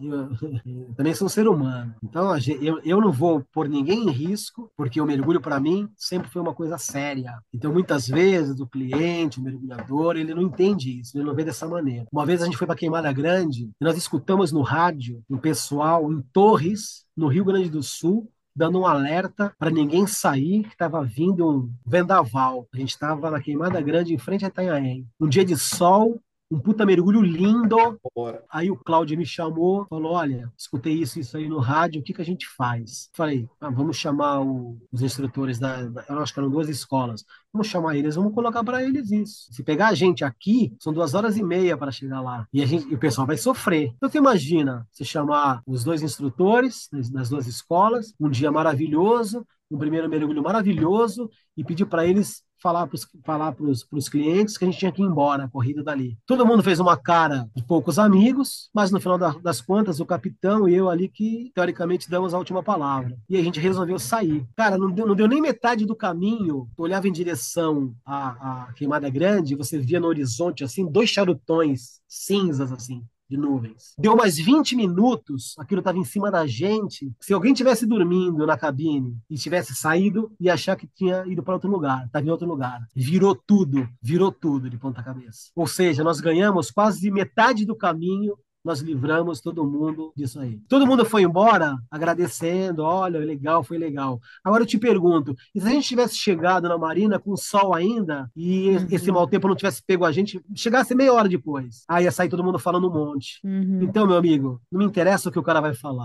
Eu também sou um ser humano. Então, eu não vou pôr ninguém em risco, porque o mergulho para mim sempre foi uma coisa séria. Então, muitas vezes o cliente, o mergulhador, ele não entende isso, ele não vê dessa maneira. Uma vez a gente foi para Queimada Grande e nós escutamos no rádio um pessoal em Torres, no Rio Grande do Sul, dando um alerta para ninguém sair, que estava vindo um vendaval. A gente estava na Queimada Grande, em frente a Itanhaém. Um dia de sol, um puta mergulho lindo. Bora. Aí o Cláudio me chamou, falou: Olha, escutei isso aí no rádio, o que que a gente faz? Falei: Vamos chamar os instrutores eu acho que eram duas escolas. Vamos chamar eles, vamos colocar para eles isso. Se pegar a gente aqui, são 2 horas e meia para chegar lá. E o pessoal vai sofrer. Então, você imagina você chamar os dois instrutores das duas escolas, um dia maravilhoso, um primeiro mergulho maravilhoso, e pedir para eles falar pros clientes que a gente tinha que ir embora, a corrida dali. Todo mundo fez uma cara de poucos amigos, mas no final das contas, o capitão e eu ali que, teoricamente, damos a última palavra. E a gente resolveu sair. Cara, não deu nem metade do caminho. Tu olhava em direção à Queimada Grande, você via no horizonte, assim, dois charutões cinzas, assim, de nuvens. Deu mais 20 minutos, aquilo estava em cima da gente. Se alguém tivesse dormindo na cabine e tivesse saído, ia achar que tinha ido para outro lugar, estava em outro lugar. Virou tudo de ponta cabeça. Ou seja, nós ganhamos quase metade do caminho, nós livramos todo mundo disso aí. Todo mundo foi embora agradecendo, olha, legal, foi legal. Agora eu te pergunto, e se a gente tivesse chegado na Marina com sol ainda e esse mau Uhum, tempo não tivesse pego a gente, chegasse meia hora depois, aí ia sair todo mundo falando um monte. uhum. Então, meu amigo, não me interessa o que o cara vai falar.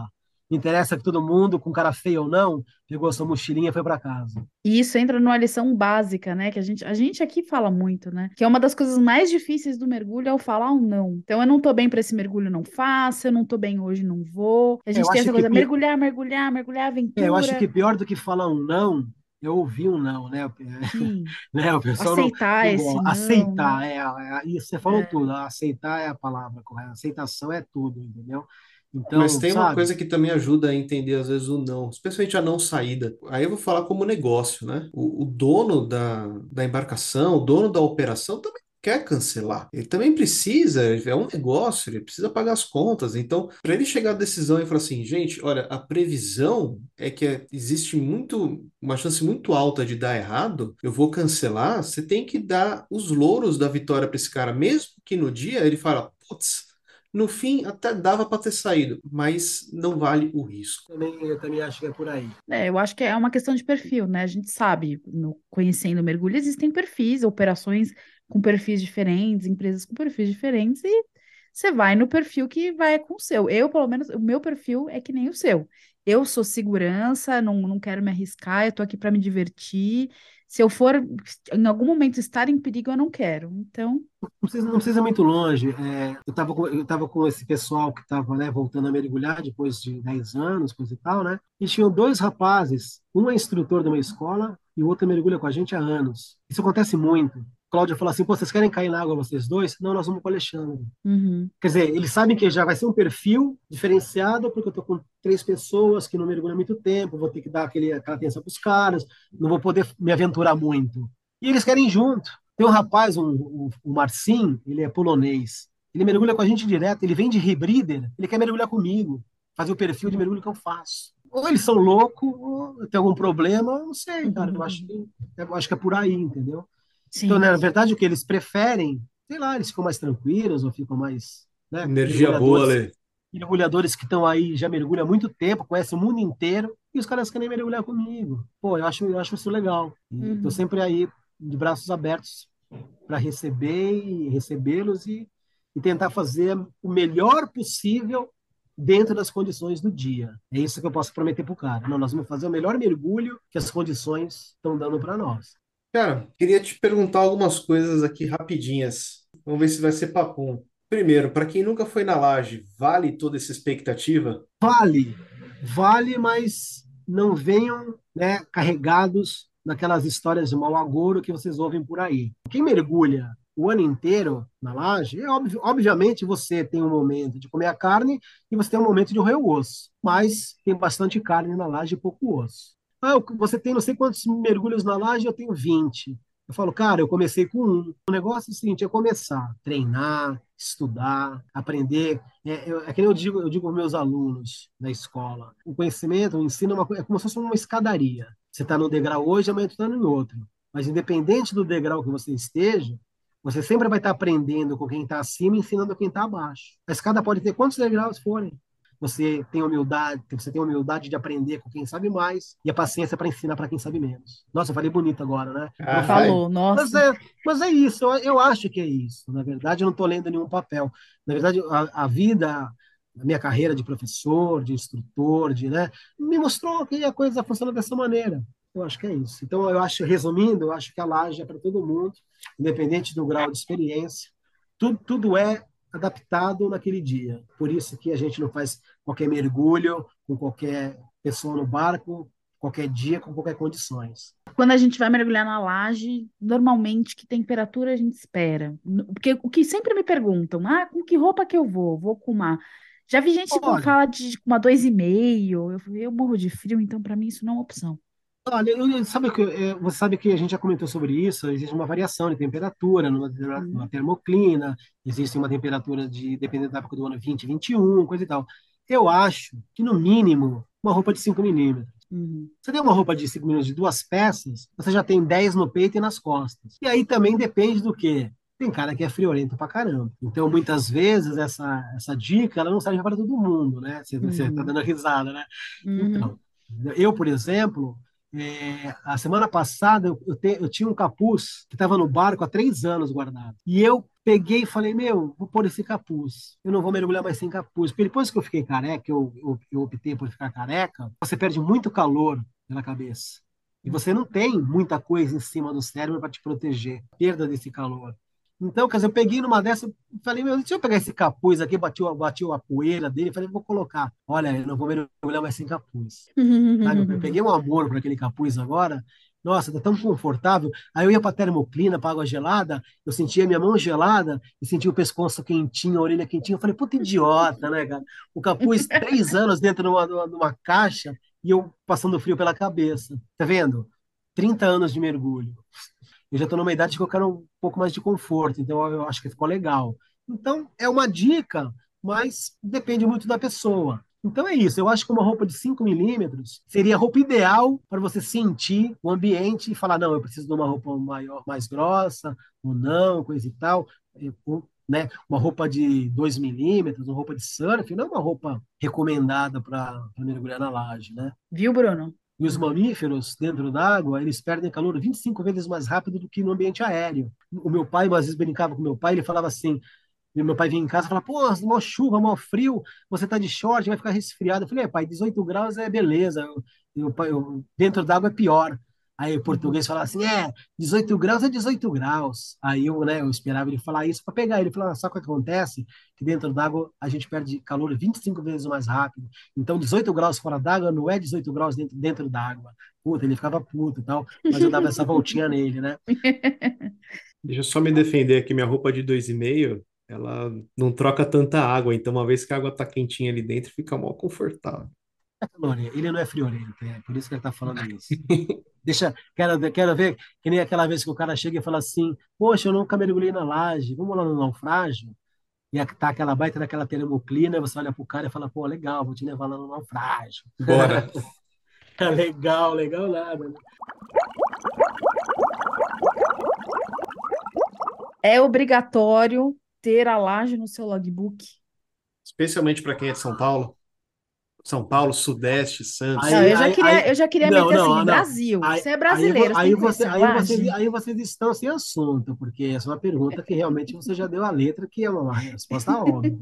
Me interessa que todo mundo, com cara feio ou não, pegou a sua mochilinha e foi para casa. E isso entra numa lição básica, né? Que a gente aqui fala muito, né? Que é uma das coisas mais difíceis do mergulho é o falar um não. Então, eu não tô bem para esse mergulho, não faço. Eu não tô bem hoje, não vou. A Eu gente tem acho essa que coisa, mergulhar, mergulhar, mergulhar, eu acho que aventura. pior do que falar um não, eu ouvi um não, né? Sim. Né? O pessoal Aceitar não esse gosta. não, né? Aceitar, isso você falou tudo. Aceitar é a palavra correta. Aceitação é tudo, entendeu? Mas Então, tem uma sabe? coisa que também ajuda a entender, às vezes, o não, especialmente a não saída. Aí eu vou falar como negócio, né? O dono da embarcação, o dono da operação também quer cancelar. Ele também precisa, é um negócio, ele precisa pagar as contas. Então, para ele chegar à decisão e falar assim, gente, olha, a previsão é que existe uma chance muito alta de dar errado, eu vou cancelar, você tem que dar os louros da vitória para esse cara, mesmo que no dia ele fala, putz. No fim, até dava para ter saído, mas não vale o risco. Eu também acho que é por aí. É, eu acho que é uma questão de perfil, né? A gente sabe, conhecendo o mergulho, existem perfis, operações com perfis diferentes, empresas com perfis diferentes, e você vai no perfil que vai com o seu. Eu, pelo menos, o meu perfil é que nem o seu. Eu sou segurança, não quero me arriscar, eu tô aqui para me divertir. Se eu for, em algum momento, estar em perigo, eu não quero. Então, Não precisa ir muito longe. Eu tava com esse pessoal que estava, né, voltando a mergulhar depois de 10 anos, coisa e tal, né? E tinham dois rapazes, um é instrutor de uma escola e o outro mergulha com a gente há anos. Isso acontece muito. Cláudia falou assim: pô, vocês querem cair na água vocês dois? Não, nós vamos com o Alexandre. uhum, Quer dizer, eles sabem que já vai ser um perfil diferenciado, porque eu estou com três pessoas que não mergulham há muito tempo, vou ter que dar aquela atenção para os caras, não vou poder me aventurar muito. E eles querem ir junto. Tem um rapaz, o Marcin, ele é polonês. Ele mergulha com a gente direto, ele vem de Rebreeder, ele quer mergulhar comigo, fazer o perfil de mergulho que eu faço. Ou eles são loucos, ou tem algum problema, eu não sei, cara. Eu acho que é por aí, entendeu? Então, sim. na verdade, o que eles preferem, sei lá, eles ficam mais tranquilos ou ficam mais, né, Energia boa, mergulhadores, Lê. mergulhadores que estão aí, já mergulham há muito tempo, conhecem o mundo inteiro, e os caras querem mergulhar comigo. Pô, eu acho isso legal. E tô Uhum. sempre aí de braços abertos para receber e recebê-los e tentar fazer o melhor possível dentro das condições do dia. É isso que eu posso prometer para o cara. Não, nós vamos fazer o melhor mergulho que as condições estão dando para nós. Cara, queria te perguntar algumas coisas aqui rapidinhas. Vamos ver se vai ser papum. Primeiro, para quem nunca foi na laje, vale toda essa expectativa? Vale, vale, mas não venham, né, carregados naquelas histórias de mau agouro que vocês ouvem por aí. Quem mergulha o ano inteiro na laje, é óbvio, obviamente você tem um momento de comer a carne e você tem um momento de roer o osso, mas tem bastante carne na laje e pouco osso. Ah, você tem não sei quantos mergulhos na laje, eu tenho 20. Eu falo, cara, eu comecei com um. O negócio é o seguinte, é começar, treinar, estudar, aprender. É que nem eu digo aos meus alunos da escola, o conhecimento, o ensino é como se fosse uma escadaria. Você está no degrau hoje, amanhã você está no outro. Mas independente do degrau que você esteja, você sempre vai estar aprendendo com quem está acima e ensinando quem está abaixo. A escada pode ter quantos degraus forem. Você tem humildade de aprender com quem sabe mais e a paciência para ensinar para quem sabe menos. Nossa, eu falei bonito agora, né? Ai, Profundo. Falou, Mas nossa. é, mas é isso, eu acho que é isso. Na verdade, eu não estou lendo nenhum papel. Na verdade, a vida, a minha carreira de professor, de instrutor, né, me mostrou que a coisa funciona dessa maneira. Eu acho que é isso. Então, resumindo, eu acho que a laje é para todo mundo, independente do grau de experiência. Tudo é adaptado naquele dia. Por isso que a gente não faz qualquer mergulho com qualquer pessoa no barco, qualquer dia, com qualquer condições. Quando a gente vai mergulhar na laje, normalmente que temperatura a gente espera? Porque o que sempre me perguntam, com que roupa que eu vou? Vou com uma. Já vi gente com Olha, fala de uma 2,5. Eu morro de frio, então para mim isso não é uma opção. olha, você sabe que a gente já comentou sobre isso, existe uma variação de temperatura numa Uhum, termoclina, existe uma temperatura dependendo da época do ano 20, 21, coisa e tal. Eu acho que, no mínimo, uma roupa de 5 milímetros. uhum, Você tem uma roupa de 5 milímetros de duas peças, você já tem 10 no peito e nas costas. E aí também depende do quê? Tem cara que é friorento pra caramba. Então, muitas vezes, essa dica ela não serve para todo mundo, né? Você tá uhum, dando risada, né? uhum, Então, eu, por exemplo, A semana passada eu tinha um capuz que estava no barco há 3 anos guardado. E eu peguei e falei, meu, vou pôr esse capuz. Eu não vou mergulhar mais sem capuz. Porque depois que eu fiquei careca, eu optei por ficar careca, você perde muito calor pela cabeça. E você não tem muita coisa em cima do cérebro para te proteger. Perda desse calor. Então, quer dizer, eu peguei numa dessa, falei, meu, deixa eu pegar esse capuz aqui, bati a poeira dele, falei, vou colocar. Olha, eu não vou mergulhar mais sem capuz. Sabe? Eu peguei um amor por aquele capuz agora. Nossa, tá tão confortável. Aí eu ia para termoclina, para água gelada, eu sentia minha mão gelada e sentia o pescoço quentinho, a orelha quentinha. Eu falei, puta idiota, né, cara? O capuz, 3 anos dentro de uma caixa e eu passando frio pela cabeça. Tá vendo? 30 anos de mergulho. Eu já estou numa idade que eu quero um pouco mais de conforto, então eu acho que ficou legal. Então, é uma dica, mas depende muito da pessoa. Então é isso, eu acho que uma roupa de 5 milímetros seria a roupa ideal para você sentir o ambiente e falar, não, eu preciso de uma roupa maior, mais grossa, ou não, coisa e tal. Né? Uma roupa de 2 milímetros, uma roupa de surf, não é uma roupa recomendada para mergulhar na laje, né? Viu, Bruno? E os mamíferos dentro d'água, eles perdem calor 25 vezes mais rápido do que no ambiente aéreo. O meu pai, às vezes brincava com meu pai, ele falava assim, meu pai vinha em casa e falava, pô, mó chuva, mó frio, você tá de short, vai ficar resfriado. Eu falei, pai, 18 graus é beleza, dentro d'água é pior. Aí o português falava assim, 18 graus é 18 graus. Aí eu esperava ele falar isso para pegar ele. Falava, sabe o que acontece? Que dentro d'água a gente perde calor 25 vezes mais rápido. Então 18 graus fora d'água não é 18 graus dentro d'água. Puta, ele ficava puto e tal, mas eu dava essa voltinha nele, né? Deixa eu só me defender aqui, minha roupa de 2,5, ela não troca tanta água, então uma vez que a água tá quentinha ali dentro, fica mal confortável. Ele não é friorento, é por isso que ele tá falando isso. Quero ver, que nem aquela vez que o cara chega e fala assim, poxa, eu nunca mergulhei na laje, vamos lá no naufrágio? E tá aquela baita daquela termoclina, você olha pro cara e fala, pô, legal, vou te levar lá no naufrágio. Bora. Legal, legal nada, né? É obrigatório ter a laje no seu logbook? Especialmente para quem é de São Paulo. São Paulo, Sudeste, Santos. Não, Aí, aí, aí, eu já queria não, meter não, assim, não. Brasil. Aí, Você é aí, vo- brasileiro, você tem aí, que você, conhecer a aí, vocês, laje? aí vocês estão sem assunto, porque essa é uma pergunta que realmente você já deu a letra, que é uma resposta óbvia.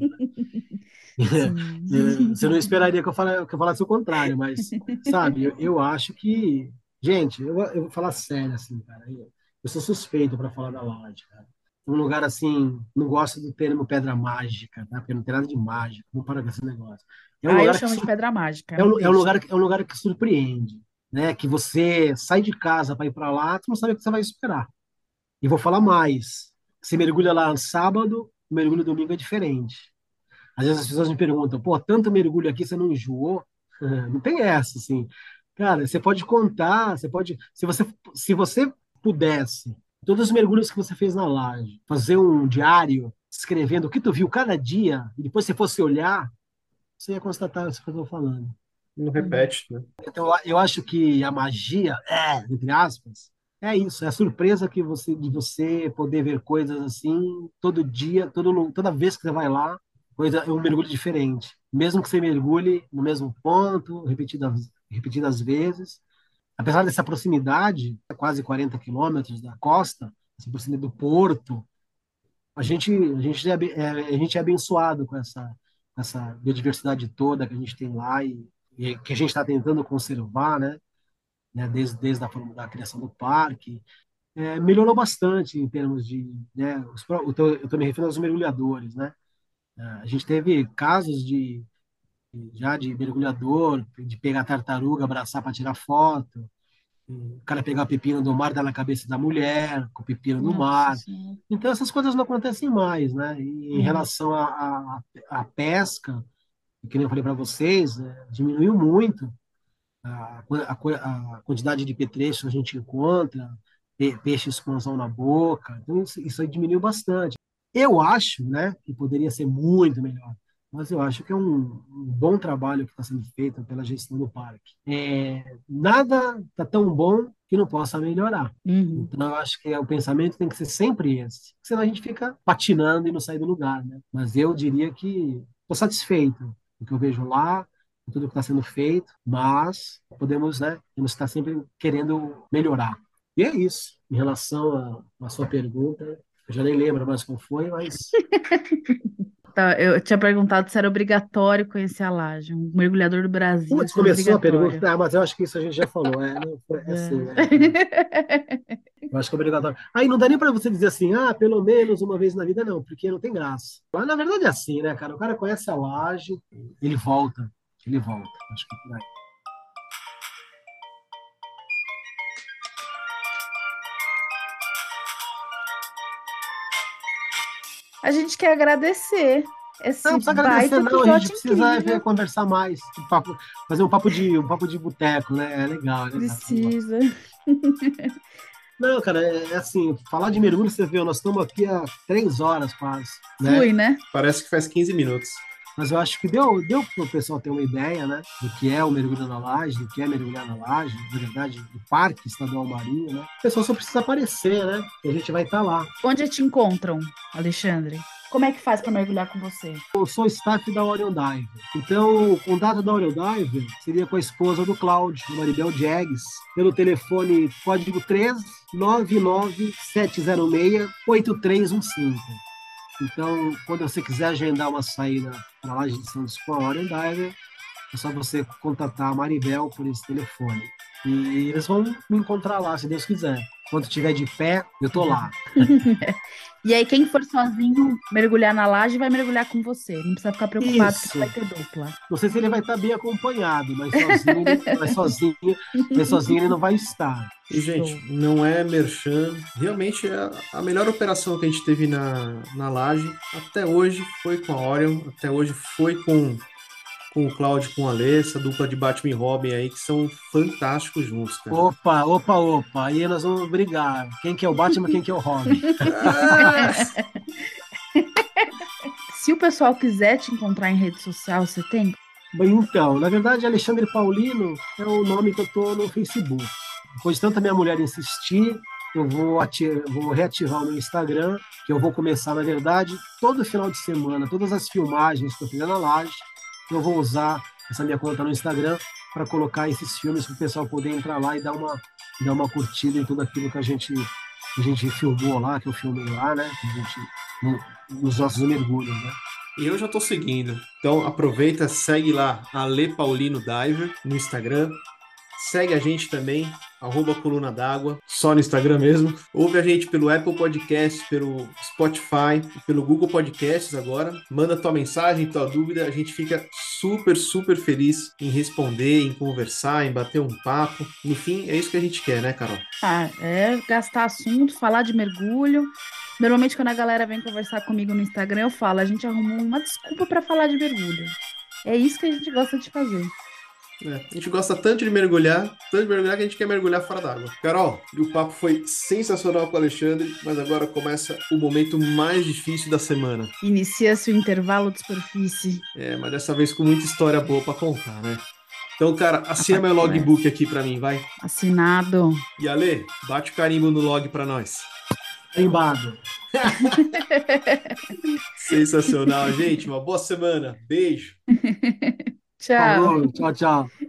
Você não Sim. esperaria que eu falasse o contrário, mas, sabe, eu acho que. Gente, eu vou falar sério, assim, cara. Eu sou suspeito para falar da Laje, cara. Um lugar assim, não gosto do termo pedra mágica, tá? Porque não tem nada de mágico, não para com esse negócio. É um Ah, eu lugar que, chamo de pedra mágica, é me um, é um deixa. lugar, é um lugar que surpreende, né? Que você sai de casa para ir para lá, tu não sabe o que você vai esperar. E vou falar mais. Você mergulha lá no sábado, o mergulho domingo é diferente. Às vezes as pessoas me perguntam, pô, tanto mergulho aqui, você não enjoou? Não tem essa, assim. Cara, você pode contar, se você pudesse, todos os mergulhos que você fez na laje, fazer um diário escrevendo o que tu viu cada dia, e depois você fosse olhar, você ia constatar isso que eu estou falando. Não Uhum. repete, né? Então, eu acho que a magia, entre aspas, é isso, é a surpresa de você poder ver coisas assim todo dia, toda vez que você vai lá, é um mergulho diferente. Mesmo que você mergulhe no mesmo ponto, repetidas vezes, apesar dessa proximidade, quase 40 quilômetros da costa, essa proximidade do porto, a gente é abençoado com essa biodiversidade toda que a gente tem lá e que a gente está tentando conservar, né, desde a forma da criação do parque, melhorou bastante em termos de, né, eu estou me referindo aos mergulhadores, né? A gente teve casos já de mergulhador, de pegar tartaruga, abraçar para tirar foto, o cara pegar o pepino do mar, dar na cabeça da mulher, com o pepino no Nossa mar. Senhora. Então essas coisas não acontecem mais, né? E em Uhum. relação à pesca, que nem eu falei para vocês, diminuiu muito a quantidade de petrechos que a gente encontra, peixes com anzol na boca. Então, isso aí diminuiu bastante. Eu acho, né, que poderia ser muito melhor, mas eu acho que é um bom trabalho que está sendo feito pela gestão do parque. Nada está tão bom que não possa melhorar. Uhum. Então, eu acho que o pensamento tem que ser sempre esse. Senão a gente fica patinando e não sai do lugar, né? Mas eu diria que estou satisfeito com o que eu vejo lá. com tudo que está sendo feito, mas podemos, né, temos que estar sempre querendo melhorar. E é isso. Em relação à sua pergunta, eu já nem lembro mais qual foi, mas Tá, eu tinha perguntado se era obrigatório conhecer a Laje. Um mergulhador do Brasil, putz, isso é começou a pergunta. obrigatório. Ah, mas eu acho que isso a gente já falou. Não, é assim, Já. eu acho que é obrigatório. Aí não dá nem para você dizer assim, pelo menos uma vez na vida, não, porque não tem graça. Mas na verdade é assim, né, cara? O cara conhece a laje, ele volta. Ele volta. Acho que é por aí. A gente quer agradecer Não, esse não precisa agradecer, baita não. A gente episódio precisa incrível. conversar mais. Fazer um papo de boteco, né? É legal, é legal. Eu gosto. Precisa. Não, cara, é assim, falar de mergulho, você viu, nós estamos aqui há 3 horas quase, né? Flui, né? Parece que faz 15 minutos. Mas eu acho que deu para o pessoal ter uma ideia, né, do que é o mergulho na laje, do que é mergulhar na laje, na verdade, do Parque Estadual Marinho, né? O pessoal só precisa aparecer, né? E a gente vai estar lá. Onde te encontram, Alexandre? Como é que faz para mergulhar com você? Eu sou staff da Orion Diver. Então, o contato da Orion Diver seria com a esposa do Cláudio, a Maribel Jags, pelo telefone código 13 99706 8315. Então, quando você quiser agendar uma saída para a Laje de Santos com a Orion Diver, é só você contatar a Maribel por esse telefone. E eles vão me encontrar lá, se Deus quiser. Quando estiver de pé, eu tô lá. E aí, quem for sozinho mergulhar na laje, vai mergulhar com você. Não precisa ficar preocupado que Isso. não vai ter dupla. Não sei se ele vai estar bem acompanhado, mas sozinho ele não vai estar. E, gente, não é merchan, realmente é a melhor operação que a gente teve na Laje até hoje foi com a Orion, até hoje foi com o Cláudio, com a Alê, essa dupla de Batman e Robin aí, que são fantásticos juntos, cara. Opa. Aí nós vamos brigar. Quem que é o Batman, quem que é o Robin? Ah! Se o pessoal quiser te encontrar em rede social, você tem? Bem, então, na verdade, Alexandre Paulino é o nome que eu tô no Facebook. Depois de tanta minha mulher insistir, eu vou reativar o meu Instagram, que eu vou começar, na verdade, todo final de semana, todas as filmagens que eu fizer na laje, eu vou usar essa minha conta no Instagram para colocar esses filmes para o pessoal poder entrar lá e dar uma curtida em tudo aquilo que a gente filmou lá, que eu filmei lá, né? Que a gente, nos nossos mergulhos, né? E eu já tô seguindo. Então aproveita, segue lá Ale Paulino Diver no Instagram. Segue a gente também, @coluna d'água, só no Instagram mesmo. Ouve a gente pelo Apple Podcasts, pelo Spotify, pelo Google Podcasts agora. Manda tua mensagem, tua dúvida. A gente fica super, super feliz em responder, em conversar, em bater um papo. No fim, é isso que a gente quer, né, Carol? É gastar assunto, falar de mergulho. Normalmente, quando a galera vem conversar comigo no Instagram, eu falo, a gente arrumou uma desculpa para falar de mergulho. É isso que a gente gosta de fazer. A gente gosta tanto de mergulhar que a gente quer mergulhar fora d'água. Carol, o papo foi sensacional com o Alexandre, mas agora começa o momento mais difícil da semana. Inicia-se o intervalo de superfície. Mas dessa vez com muita história boa pra contar, né? Então, cara, assina meu logbook aqui pra mim, vai. Assinado. E Ale, bate o carimbo no log pra nós. Carimbado. Sensacional, gente. Uma boa semana. Beijo. Tchau. Falou, tchau.